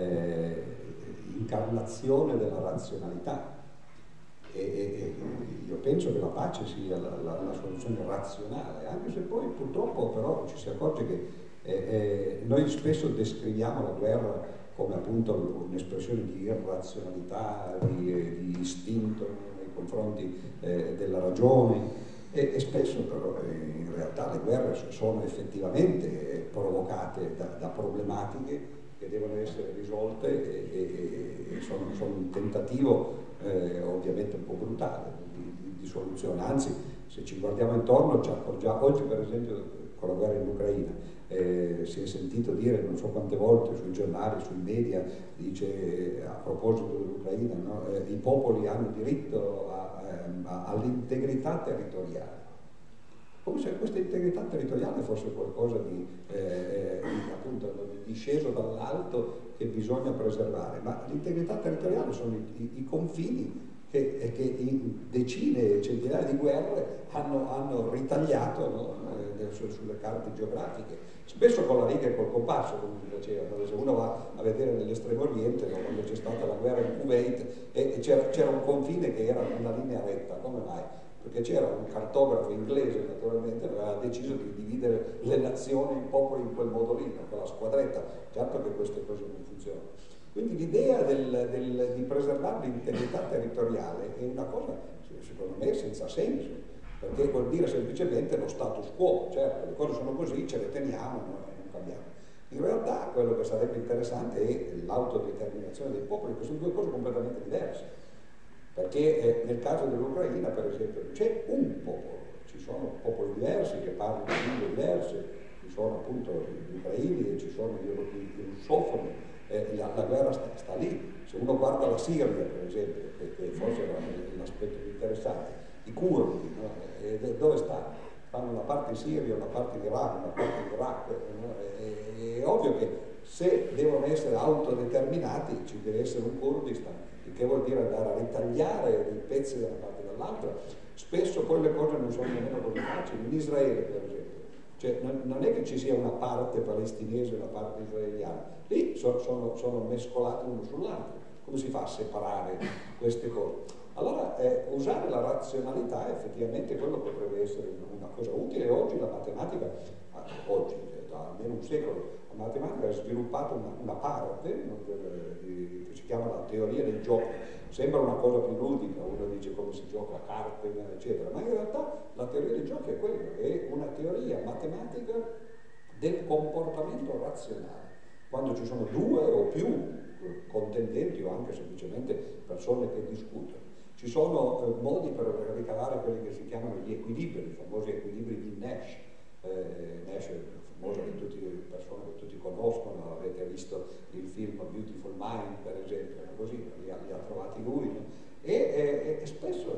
incarnazione della razionalità. E io penso che la pace sia la soluzione razionale, anche se poi purtroppo però ci si accorge che Noi spesso descriviamo la guerra come appunto un'espressione di irrazionalità, di istinto nei confronti della ragione, e spesso però in realtà le guerre sono effettivamente provocate da problematiche che devono essere risolte e sono un tentativo ovviamente un po' brutale di soluzione. Anzi, se ci guardiamo intorno ci accorgiamo, oggi per esempio con la guerra in Ucraina si è sentito dire non so quante volte sui giornali, sui media, dice a proposito dell'Ucraina, no? I popoli hanno diritto all'integrità territoriale, come se questa integrità territoriale fosse qualcosa di appunto disceso dall'alto che bisogna preservare, ma l'integrità territoriale sono i confini che in decine e centinaia di guerre hanno ritagliato, no? Sulle carte geografiche, spesso con la riga e col compasso, come si diceva. Se uno va a vedere nell'estremo oriente, no? Quando c'è stata la guerra in Kuwait, c'era un confine che era una linea retta. Come mai? Perché c'era un cartografo inglese, naturalmente, che aveva deciso di dividere le nazioni, i popoli in quel modo lì, con la squadretta. Certo che queste cose non funzionano. Quindi l'idea di preservare l'integrità territoriale è una cosa, secondo me, senza senso, perché vuol dire semplicemente lo status quo, certo, le cose sono così, ce le teniamo, non cambiamo. In realtà quello che sarebbe interessante è l'autodeterminazione dei popoli, che sono due cose completamente diverse, perché nel caso dell'Ucraina, per esempio, c'è un popolo, ci sono popoli diversi che parlano lingue diverse, ci sono appunto gli ucraini e ci sono gli russofoni. La guerra sta lì. Se uno guarda la Siria, per esempio, che forse era l'aspetto più interessante, i curdi, no? Dove stanno? Stanno una parte in Siria, una parte in Iran, una parte in Iraq. No? È ovvio che se devono essere autodeterminati ci deve essere un Kurdistan, il che vuol dire andare a ritagliare dei pezzi da una parte e dall'altra. Spesso poi le cose non sono nemmeno così facili. In Israele, per esempio, cioè, non è che ci sia una parte palestinese e una parte israeliana, lì sono mescolati uno sull'altro. Come si fa a separare queste cose? Allora usare la razionalità effettivamente quello potrebbe essere una cosa utile. Oggi la matematica, da almeno un secolo, la matematica ha sviluppato una parte che si chiama la teoria dei giochi. Sembra una cosa più ludica, uno dice come si gioca a carte, eccetera, ma in realtà la teoria dei giochi è quella, è una teoria matematica del comportamento razionale. Quando ci sono due o più contendenti o anche semplicemente persone che discutono, ci sono modi per ricavare quelli che si chiamano gli equilibri, i famosi equilibri di Nash. Nash è famoso, che persone che tutti conoscono, avete visto il film Beautiful Mind, per esempio, così li ha trovati lui, no? E spesso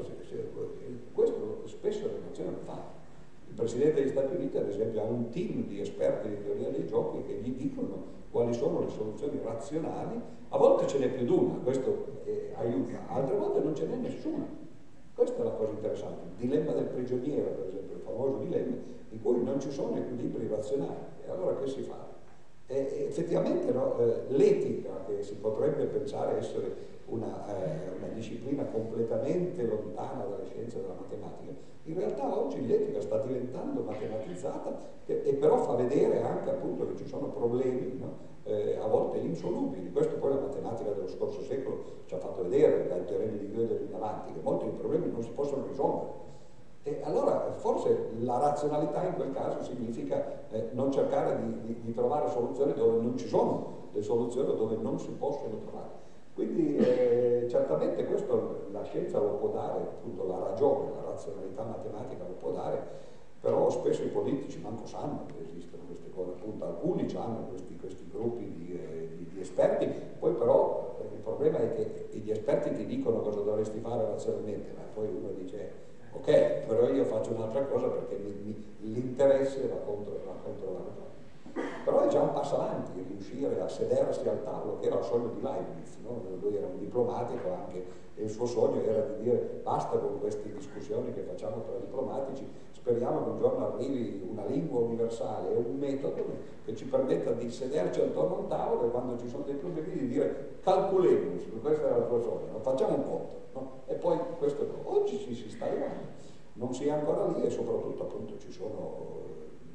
questo spesso le nazioni lo fanno. Il Presidente degli Stati Uniti, ad esempio, ha un team di esperti di teoria dei giochi che gli dicono quali sono le soluzioni razionali. A volte ce n'è più di una, questo aiuta, altre volte non ce n'è nessuna. Questa è la cosa interessante. Il dilemma del prigioniero, per esempio, il famoso dilemma in cui non ci sono equilibri razionali. E allora che si fa? Effettivamente no, l'etica, che si potrebbe pensare essere una disciplina completamente lontana dalle scienze della matematica, in realtà oggi l'etica sta diventando matematizzata e però fa vedere anche appunto che ci sono problemi, no? A volte insolubili. Questo poi la matematica dello scorso secolo ci ha fatto vedere, dai teoremi di Gödel in avanti, che molti problemi non si possono risolvere. E allora forse la razionalità in quel caso significa non cercare di trovare soluzioni dove non ci sono le soluzioni, dove non si possono trovare. Quindi certamente questo la scienza lo può dare, appunto la ragione, la razionalità matematica lo può dare, però spesso i politici manco sanno che esistono queste cose, appunto alcuni hanno questi gruppi di esperti, poi però il problema è che gli esperti ti dicono cosa dovresti fare razionalmente, ma poi uno dice ok, però io faccio un'altra cosa perché l'interesse va contro la ragione. Però è già un passo avanti riuscire a sedersi al tavolo, che era il sogno di Leibniz, no? Lui era un diplomatico anche, e il suo sogno era di dire basta con queste discussioni che facciamo tra diplomatici, speriamo che un giorno arrivi una lingua universale e un metodo che ci permetta di sederci attorno a un tavolo e quando ci sono dei problemi di dire calculemus, questo era il suo sogno, no? Facciamo un conto, no? E poi questo oggi si sta arrivando, non si è ancora lì e soprattutto appunto ci sono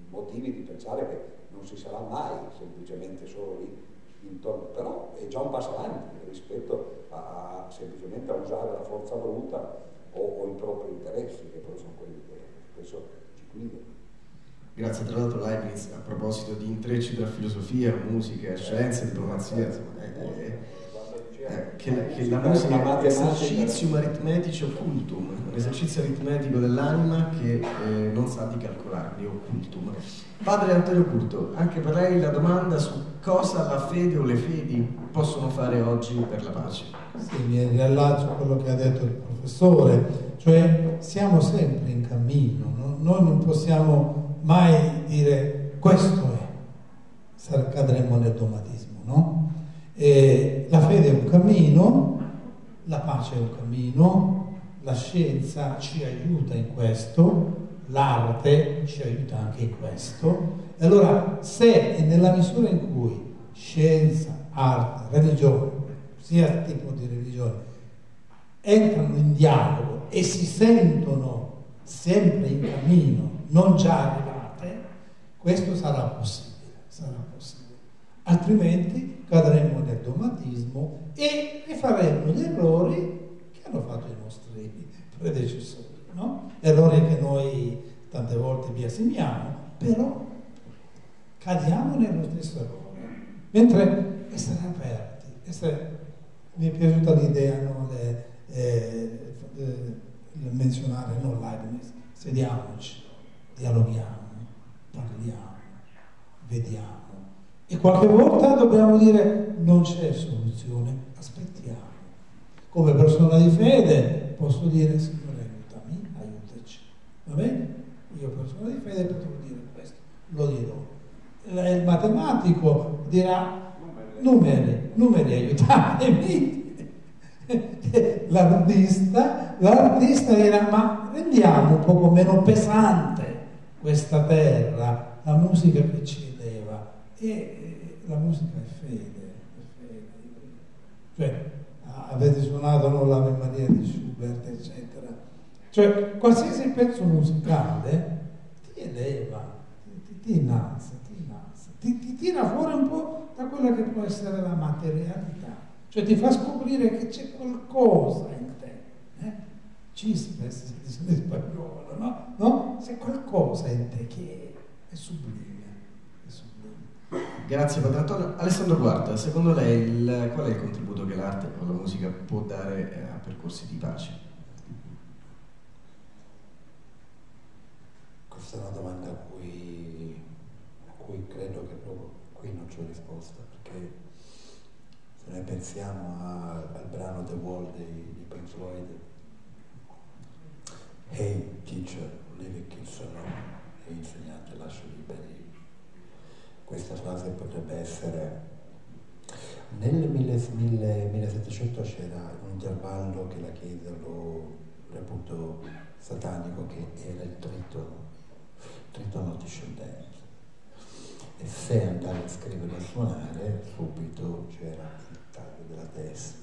motivi di pensare che non si sarà mai semplicemente solo lì intorno, però è già un passo avanti rispetto a semplicemente a usare la forza bruta o i propri interessi, che poi sono quelli che spesso ci guidano. Grazie. Tra l'altro Leibniz, a proposito di intrecci tra filosofia, musica, scienze, diplomazia, che la musica è esercitium arithmetici occultum, un esercizio aritmetico dell'anima che non sa di calcolare, di occultum. Padre Antonio Curto, anche per lei la domanda su cosa la fede o le fedi possono fare oggi per la pace. Sì, mi riallaccio a quello che ha detto il professore, cioè siamo sempre in cammino, no? Noi non possiamo mai dire questo è, cadremo nel dogmatismo, no? E la fede è un cammino, la pace è un cammino, la scienza ci aiuta in questo, l'arte ci aiuta anche in questo. E allora, se e nella misura in cui scienza, arte, religione, sia tipo di religione, entrano in dialogo e si sentono sempre in cammino, non già arrivate, questo sarà possibile. Altrimenti cadremo nel dogmatismo e rifaremo gli errori che hanno fatto i nostri predecessori, no? Errori che noi tante volte biasimiamo, però cadiamo nello stesso errore. Mentre essere aperti, mi è piaciuta l'idea, no? Menzionare non Leibniz, sediamoci, dialoghiamo, parliamo, vediamo. E qualche volta dobbiamo dire non c'è soluzione, aspettiamo. Come persona di fede posso dire Signore aiutami, aiutaci. Va bene? Io persona di fede potrò dire questo, lo dirò. Il matematico dirà numeri aiutatemi. L'artista dirà ma rendiamo un poco meno pesante questa terra, la musica che ci eleva. E la musica è fede. Cioè, avete suonato l'Ave Maria di Schubert, eccetera. Cioè, qualsiasi pezzo musicale ti eleva, ti innalza, ti tira fuori un po' da quella che può essere la materialità. Cioè, ti fa scoprire che c'è qualcosa in te. Cispes, si dice in spagnolo, no? C'è qualcosa in te che è sublime. Grazie Padre Antonio. Alessandro Quarta, secondo lei qual è il contributo che l'arte o la musica può dare a percorsi di pace? Questa è una domanda a cui credo che proprio qui non c'è risposta, perché se noi pensiamo al brano The Wall di Pink Floyd, Hey teacher, leave the kids alone, e insegnante lascia liberi. Questa frase potrebbe essere, nel 1700 c'era un intervallo che la Chiesa lo reputò satanico, che era il tritono discendente, e se andavi a scrivere e suonare subito c'era il taglio della testa.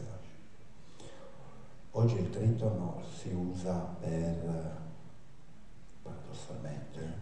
Oggi il tritono si usa per, paradossalmente,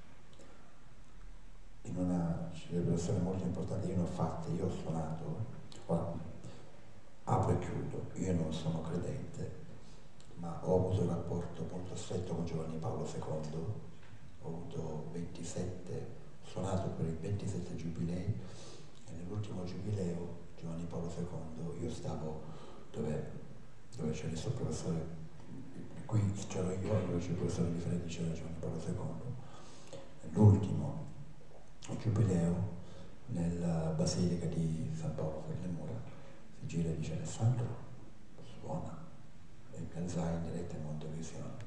in una celebrazione molto importante, io ho suonato, ora apro e chiudo, io non sono credente, ma ho avuto un rapporto molto stretto con Giovanni Paolo II, ho avuto suonato per i 27 giubilei, e nell'ultimo giubileo Giovanni Paolo II, io stavo dove c'era il suo professore, qui c'ero io, dove c'era il professore di Freddi, c'era Giovanni Paolo II, l'ultimo giubileo nella basilica di San Paolo per le Mura, si gira e dice: Alessandro, suona, e Galzai in diretta in Montevisione,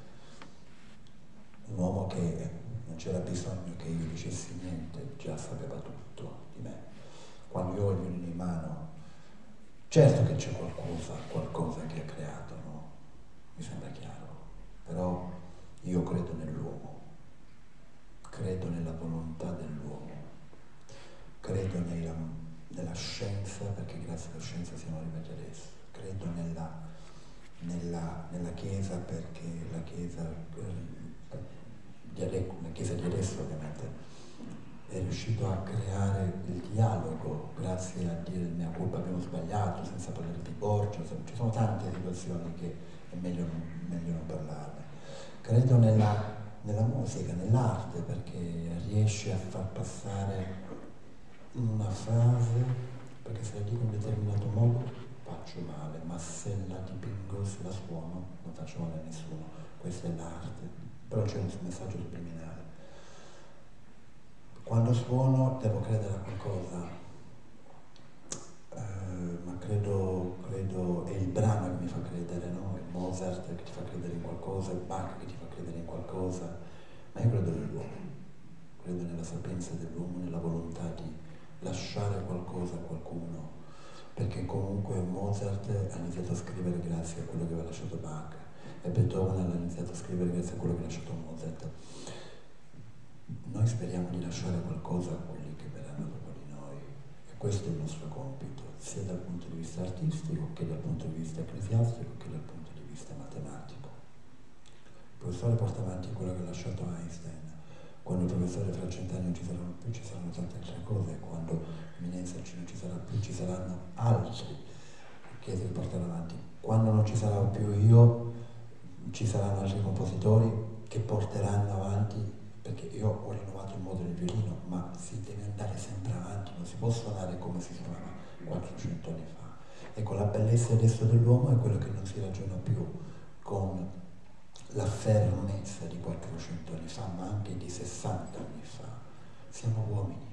un uomo che non c'era bisogno che io dicessi niente, già sapeva tutto di me. Quando io ho il violino in mano, certo che c'è qualcosa che ha creato, no? Mi sembra chiaro, però io credo nell'uomo, credo nella volontà dell'uomo, credo nella scienza, perché grazie alla scienza siamo arrivati adesso, credo nella Chiesa, perché la Chiesa la Chiesa di adesso ovviamente, è riuscito a creare il dialogo grazie a dire mea colpa, abbiamo sbagliato, senza parlare di Borgia. Ci sono tante situazioni che è meglio non parlarne. Credo nella musica, nell'arte, perché riesce a far passare una frase, perché se la dico in un determinato modo faccio male, ma se la dipingo, se la suono, non faccio male a nessuno. Questa è l'arte, però c'è un messaggio subliminale. Quando suono devo credere a qualcosa, ma credo è il brano che mi fa credere, no? Il Mozart che ti fa credere in qualcosa, il Bach che ti fa credere in qualcosa, ma io credo nell'uomo, credo nella sapienza dell'uomo, nella volontà di lasciare qualcosa a qualcuno, perché comunque Mozart ha iniziato a scrivere grazie a quello che aveva lasciato Bach e Beethoven ha iniziato a scrivere grazie a quello che ha lasciato Mozart. Noi speriamo di lasciare qualcosa a quelli che verranno dopo di noi e questo è il nostro compito, sia dal punto di vista artistico che dal punto di vista ecclesiastico che dal punto di vista matematico. Il professore porta avanti quello che ha lasciato Einstein. Quando il professore fra 100 anni non ci saranno più, ci saranno tante altre cose, quando l'imminenza non ci sarà più, ci saranno altri che si portano avanti. Quando non ci sarò più io, ci saranno altri compositori che porteranno avanti, perché io ho rinnovato il modo del violino, ma si deve andare sempre avanti, non si può suonare come si suonava 400 anni fa. Ecco, la bellezza adesso dell'uomo è quello che non si ragiona più con la fermezza di 400 anni fa, ma anche di 60 anni fa. Siamo uomini,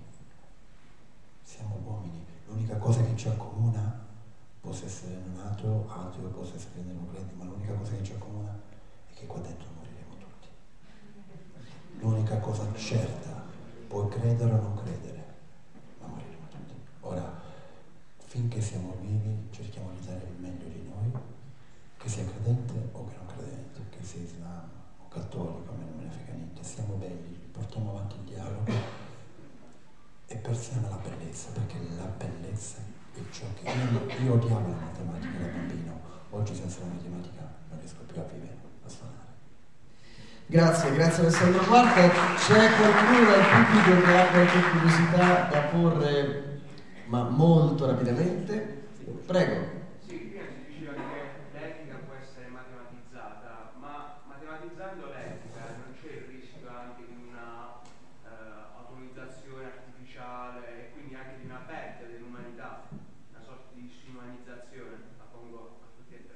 l'unica cosa che ci accomuna, possa essere neonato, ateo, possa essere non credente, ma l'unica cosa che ci accomuna è che qua dentro moriremo tutti. L'unica cosa certa, puoi credere o non credere, ma moriremo tutti. Ora, finché siamo vivi, cerchiamo di dare il meglio di noi, che sia credente o che non credente, che sia Islam o cattolico, a me non me ne frega niente, siamo belli, portiamo avanti il dialogo e persiamo la bellezza, perché la bellezza è ciò che io odiavo la matematica da bambino, oggi senza la matematica non riesco più a vivere, a suonare. Grazie Alessandro Quarta. C'è qualcuno dal pubblico che ha qualche curiosità da porre, ma molto rapidamente? Prego. Sì, prima si diceva che l'etica può essere matematizzata, ma matematizzando l'etica non c'è il rischio anche di una automatizzazione artificiale e quindi anche di una perdita dell'umanità, una sorta di disumanizzazione? La pongo a tutti e tre.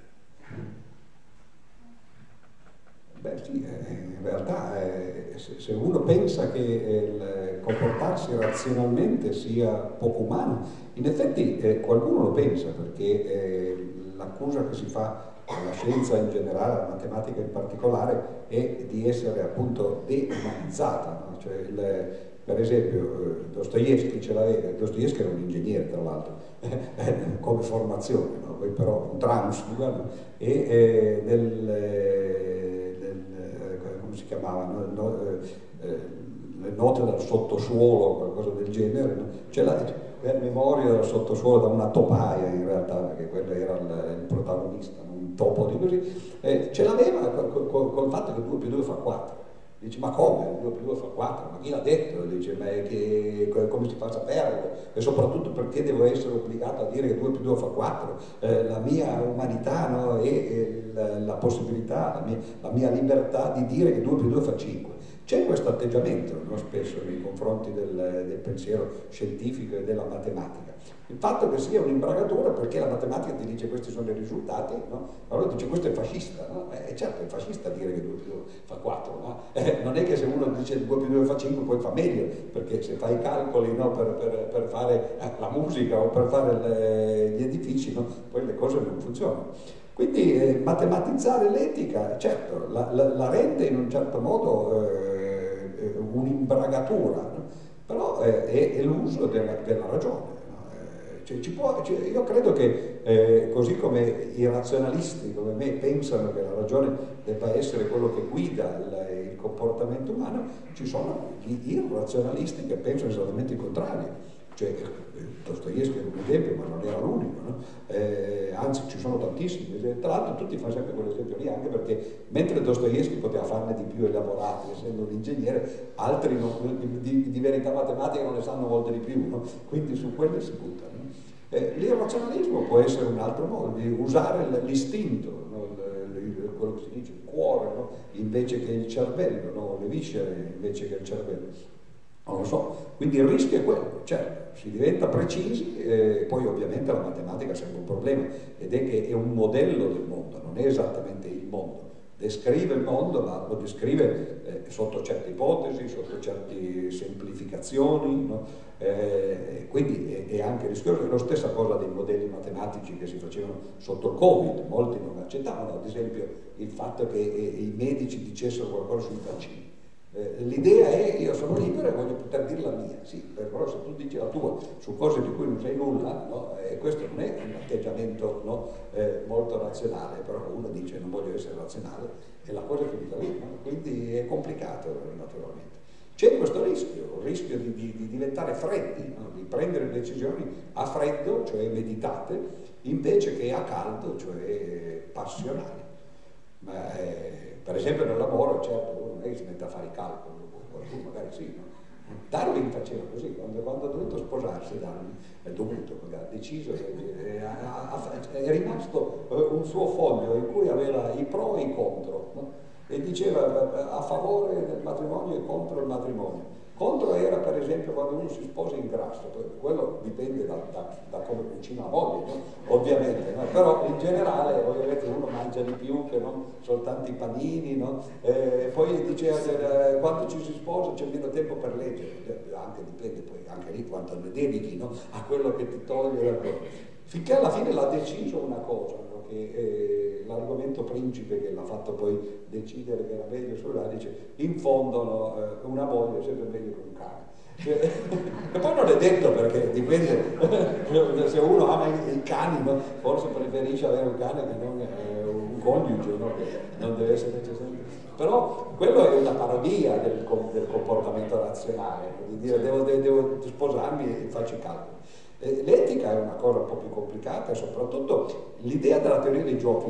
Beh sì, in realtà se uno pensa che il comportarsi razionalmente sia poco umano, in effetti qualcuno lo pensa, perché l'accusa che si fa alla scienza in generale, alla matematica in particolare, è di essere appunto deumanizzata, no? Cioè per esempio Dostoevskij ce l'aveva, Dostoevskij era un ingegnere tra l'altro, come formazione, no? Poi però un transfuga, no? E come si chiamava, le note dal sottosuolo, qualcosa del genere, no? C'è la memoria dal sottosuolo da una topaia in realtà, perché quello era il protagonista, un topo di così, ce l'aveva col fatto che 2 più 2 fa 4. Dice, ma come? 2 più 2 fa 4? Ma chi l'ha detto? Dice, ma come si fa a saperlo? E soprattutto perché devo essere obbligato a dire che 2 più 2 fa 4? La mia umanità, no? E la possibilità, la mia libertà di dire che 2 più 2 fa 5. C'è questo atteggiamento, no? Spesso nei confronti del pensiero scientifico e della matematica. Il fatto che sia un'imbragatura, perché la matematica ti dice questi sono i risultati, no? Allora dice questo è fascista, no? Certo è fascista dire che 2 più 2 fa 4, no? Non è che se uno dice 2 più 2 fa 5 poi fa meglio, perché se fai i calcoli, no? per fare la musica o per fare gli edifici, no? Poi le cose non funzionano. Quindi matematizzare l'etica, certo, la rende in un certo modo un'imbragatura, no? Però è l'uso della ragione. Io credo che così come i razionalisti come me pensano che la ragione debba essere quello che guida il comportamento umano, ci sono gli irrazionalisti che pensano esattamente il contrario, Cioè, Dostoevskij è un esempio, ma non era l'unico, no? Anzi ci sono tantissimi, tra l'altro tutti fanno sempre quell'esempio lì, anche perché mentre Dostoevskij poteva farne di più elaborati, essendo un ingegnere, altri di verità matematica non ne sanno molte di più, no? Quindi su quelle si buttano. L'irrazionalismo può essere un altro modo di usare l'istinto, no? Quello che si dice, il cuore, no? Invece che il cervello, no? Le viscere invece che il cervello. Non lo so, quindi il rischio è quello, certo, si diventa precisi, poi ovviamente la matematica è sempre un problema, ed è che è un modello del mondo, non è esattamente il mondo, descrive il mondo, ma lo descrive sotto certe ipotesi, sotto certe semplificazioni, no? Quindi è anche rischioso. È la stessa cosa dei modelli matematici che si facevano sotto il Covid, molti non accettavano, ad esempio, il fatto che i medici dicessero qualcosa sui vaccini. L'idea è io sono libero e voglio poter dire la mia, sì, però se tu dici la tua su cose di cui non sai nulla, no? Questo non è un atteggiamento, no? Molto razionale, però uno dice non voglio essere razionale e la cosa è finita lì, no? Quindi è complicato naturalmente. C'è questo rischio, il rischio di diventare freddi, no? Di prendere decisioni a freddo, cioè meditate, invece che a caldo, cioè passionali. Per esempio nel lavoro, certo, uno non è che si mette a fare i calcoli, qualcuno magari sì, no? Darwin faceva così, quando ha dovuto sposarsi, Darwin è dovuto, magari, ha deciso, è rimasto un suo foglio in cui aveva i pro e i contro, no? E diceva a favore del matrimonio e contro il matrimonio. Contro era per esempio quando uno si sposa in grasso, quello dipende da come cucina la moglie, no? Ovviamente, no? Però in generale ovviamente uno mangia di più che non soltanto i panini, no? Poi diceva quando ci si sposa c'è meno tempo per leggere, anche dipende poi anche lì quanto ne dedichi, no? A quello che ti toglie la cosa. Finché alla fine l'ha deciso una cosa, no? Che l'argomento principe che l'ha fatto poi decidere che era meglio sulla, dice in fondo, no, una moglie è sempre meglio che un cane. E poi non è detto, perché dipende, se uno ama i cani, no? Forse preferisce avere un cane che non un coniuge, no? Che non deve essere necessario. Però quello è una parodia del comportamento razionale, di dire devo sposarmi e faccio i calcoli. L'etica è una cosa un po' più complicata e soprattutto l'idea della teoria dei giochi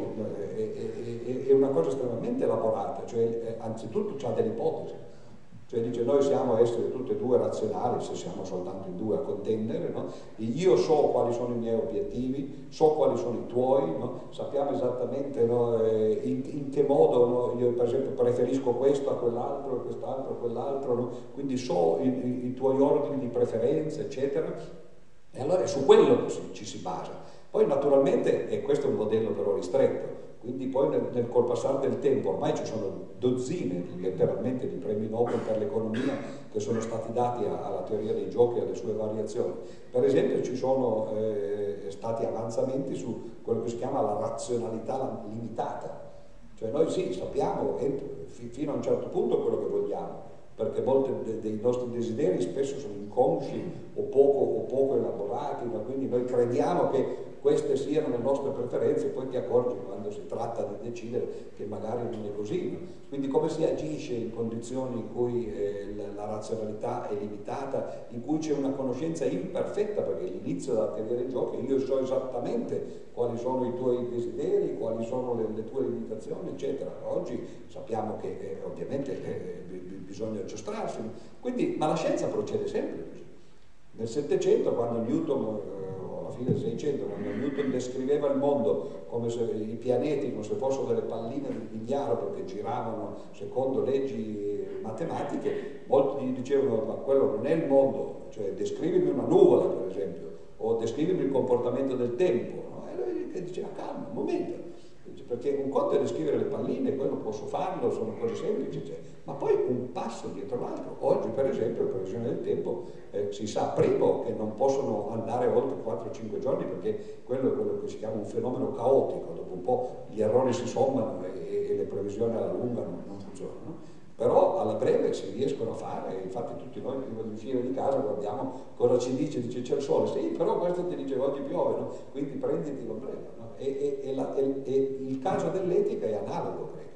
è una cosa estremamente elaborata, cioè anzitutto ha delle ipotesi, cioè dice noi siamo esseri tutti e due razionali se siamo soltanto in due a contendere, no? Io so quali sono i miei obiettivi, so quali sono i tuoi, no? Sappiamo esattamente, no? In che modo, no? Io per esempio preferisco questo a quell'altro, quest'altro a quell'altro, no? Quindi so i tuoi ordini di preferenza, eccetera. E allora è su quello che ci si basa. Poi naturalmente, e questo è un modello però ristretto, quindi poi col passare del tempo ormai ci sono dozzine letteralmente di premi Nobel per l'economia che sono stati dati alla teoria dei giochi e alle sue variazioni. Per esempio ci sono stati avanzamenti su quello che si chiama la razionalità limitata, cioè noi sì sappiamo fino a un certo punto quello che vogliamo, perché molti dei nostri desideri spesso sono inconsci o poco elaborati, ma quindi noi crediamo che queste siano le nostre preferenze, poi ti accorgi quando si tratta di decidere che magari non è così, no? Quindi come si agisce in condizioni in cui la razionalità è limitata, in cui c'è una conoscenza imperfetta, perché l'inizio della teoria dei giochi io so esattamente quali sono i tuoi desideri, quali sono le tue limitazioni, eccetera. Oggi sappiamo che ovviamente bisogna giostrarsi, quindi, ma la scienza procede sempre così. Nel Settecento, quando Newton, alla fine del Seicento, quando Newton descriveva il mondo come se i pianeti come se fossero delle palline di biliardo che giravano secondo leggi matematiche, molti gli dicevano ma quello non è il mondo, cioè descrivimi una nuvola per esempio, o descrivimi il comportamento del tempo, no? E lui diceva calma, un momento, perché un conto è descrivere le palline, quello posso farlo, sono cose semplici, cioè. Ma poi un passo dietro l'altro. Oggi per esempio la previsione del tempo si sa primo che non possono andare oltre 4-5 giorni perché quello è quello che si chiama un fenomeno caotico, dopo un po' gli errori si sommano e le previsioni alla lunga non funzionano, però alla breve si riescono a fare, infatti tutti noi prima di uscire di casa guardiamo cosa ci dice c'è il sole, sì però questo ti dice oggi piove, no? Quindi prenditi l'ombrello, no? E il caso dell'etica è analogo, credo.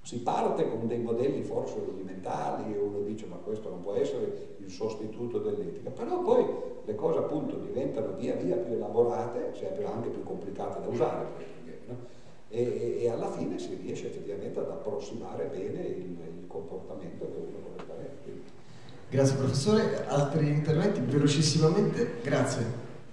Si parte con dei modelli forse rudimentali e uno dice ma questo non può essere il sostituto dell'etica, però poi le cose appunto diventano via via più elaborate, sempre anche più complicate da usare, no? E alla fine si riesce effettivamente ad approssimare bene il comportamento che uno vorrebbe avere. Grazie professore, altri interventi velocissimamente? Grazie.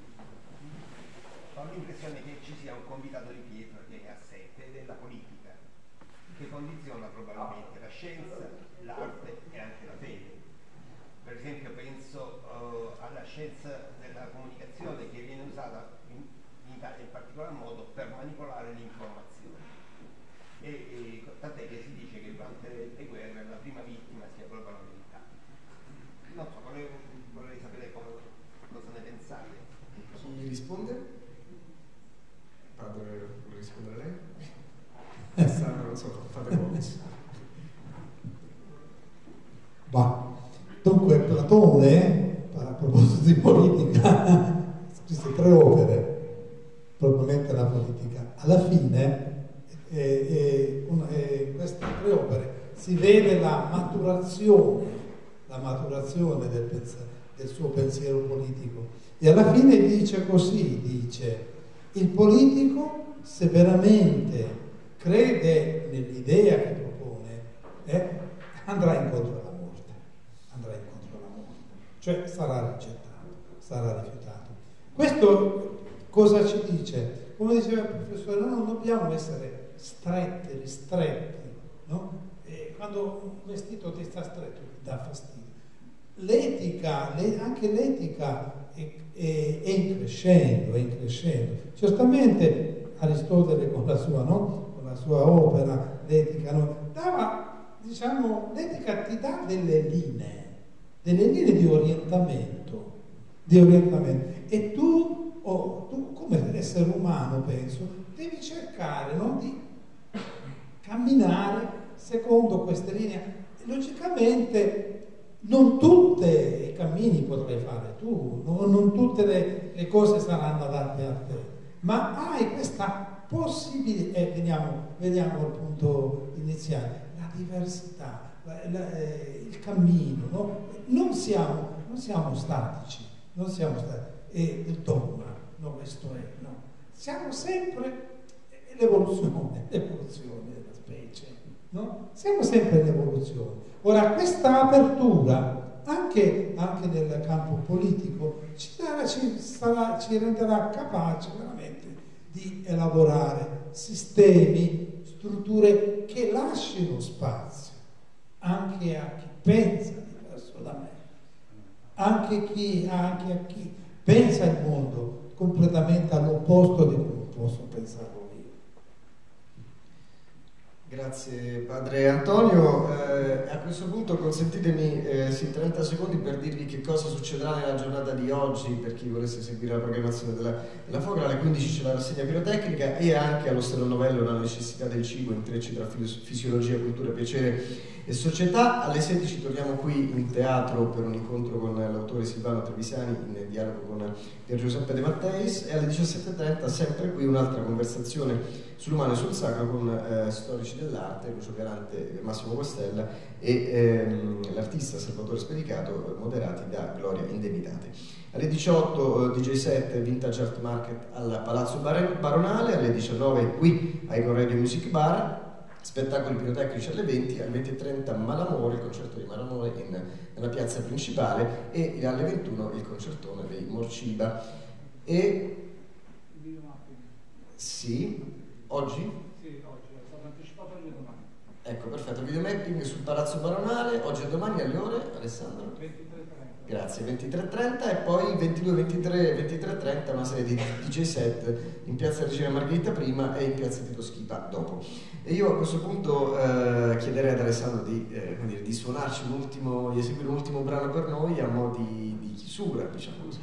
Ho l'impressione che ci sia un convitato di pietra che è assente della politica, che condiziona probabilmente la scienza, l'arte e anche la fede. Per esempio penso alla scienza della comunicazione che viene usata in Italia in particolar modo per manipolare l'informazione. E tant'è che si dice che durante le guerre la prima vittima sia proprio la verità. Non so, vorrei sapere cosa ne pensate. Chi risponde? Padre, vuole rispondere lei? Non so, fate voi. Dunque Platone, a proposito di politica, scrisse 3 opere, propriamente la politica. Alla fine, in queste 3 opere si vede la maturazione del suo pensiero politico. E alla fine dice così, il politico se veramente crede nell'idea che propone, andrà incontro alla morte, cioè sarà rigettato, sarà rifiutato. Questo cosa ci dice? Come diceva il professore, noi non dobbiamo essere ristretti, no? E quando un vestito ti sta stretto ti dà fastidio. L'etica, anche l'etica è in crescendo. Certamente Aristotele con la sua opera, l'etica, no? L'etica ti dà delle linee di orientamento. E tu come essere umano, penso, devi cercare, no, di camminare secondo queste linee. Logicamente non tutti i cammini potrai fare tu, non tutte le cose saranno adatte a te, ma hai questa possibilità, veniamo al punto iniziale, la diversità, il cammino, no? Non siamo statici, e il dogma, no, questo è, no. Siamo sempre l'evoluzione della specie, no? Siamo sempre in evoluzione. Ora, questa apertura, anche nel campo politico, ci renderà capaci veramente di elaborare sistemi, strutture che lasciano spazio anche a chi pensa diverso da me, anche a chi pensa il mondo completamente all'opposto di come posso pensarlo io. Grazie padre Antonio. A questo punto consentitemi 30 secondi per dirvi che cosa succederà nella giornata di oggi per chi volesse seguire la programmazione della Fogra. Alle 15 c'è la rassegna pirotecnica e anche allo Stelo Novello la necessità del cibo, intrecci tra fisiologia, cultura, piacere e società. Alle 16 torniamo qui in teatro per un incontro con l'autore Silvano Trevisani in dialogo con Pier Giuseppe De Matteis, e alle 17:30 sempre qui un'altra conversazione sull'umano e sul sacro con storici dell'arte, Lucio Galante, Massimo Costella e l'artista Salvatore Spedicato, moderati da Gloria Indemitate. Alle 18 DJ set Vintage Art Market al Palazzo Baronale, alle 19 qui ai Correggio Music Bar, spettacoli pirotecnici alle 20, alle 20:30 Malamore, il concerto di Malamore nella piazza principale, e alle 21 il concertone dei Morciba. E sì, oggi? Sì, oggi, è stato anticipato oggi e domani. Ecco, perfetto, videomapping sul Palazzo Baronale, oggi e domani alle ore, Alessandro? 23:30. Grazie, 23:30 e poi 22, 23, 23:30 una serie di DJ set in piazza Regina Margherita prima e in piazza Tito Schipa dopo. E io a questo punto chiederei ad Alessandro di suonarci di eseguire un ultimo brano per noi a mo' di chiusura, diciamo così.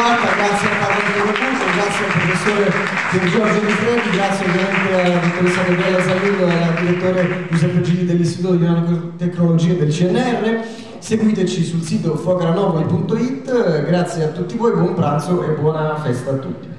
fatta, grazie a Paolo Corbuso, grazie al professore Pier Giorgio Di Freddi, grazie ovviamente alla dottoressa Gabriella Salillo e al direttore Giuseppe Gili dell'Istituto di Nanotecnologie del CNR. Seguiteci sul sito fogranovoli.it, grazie a tutti voi, buon pranzo e buona festa a tutti.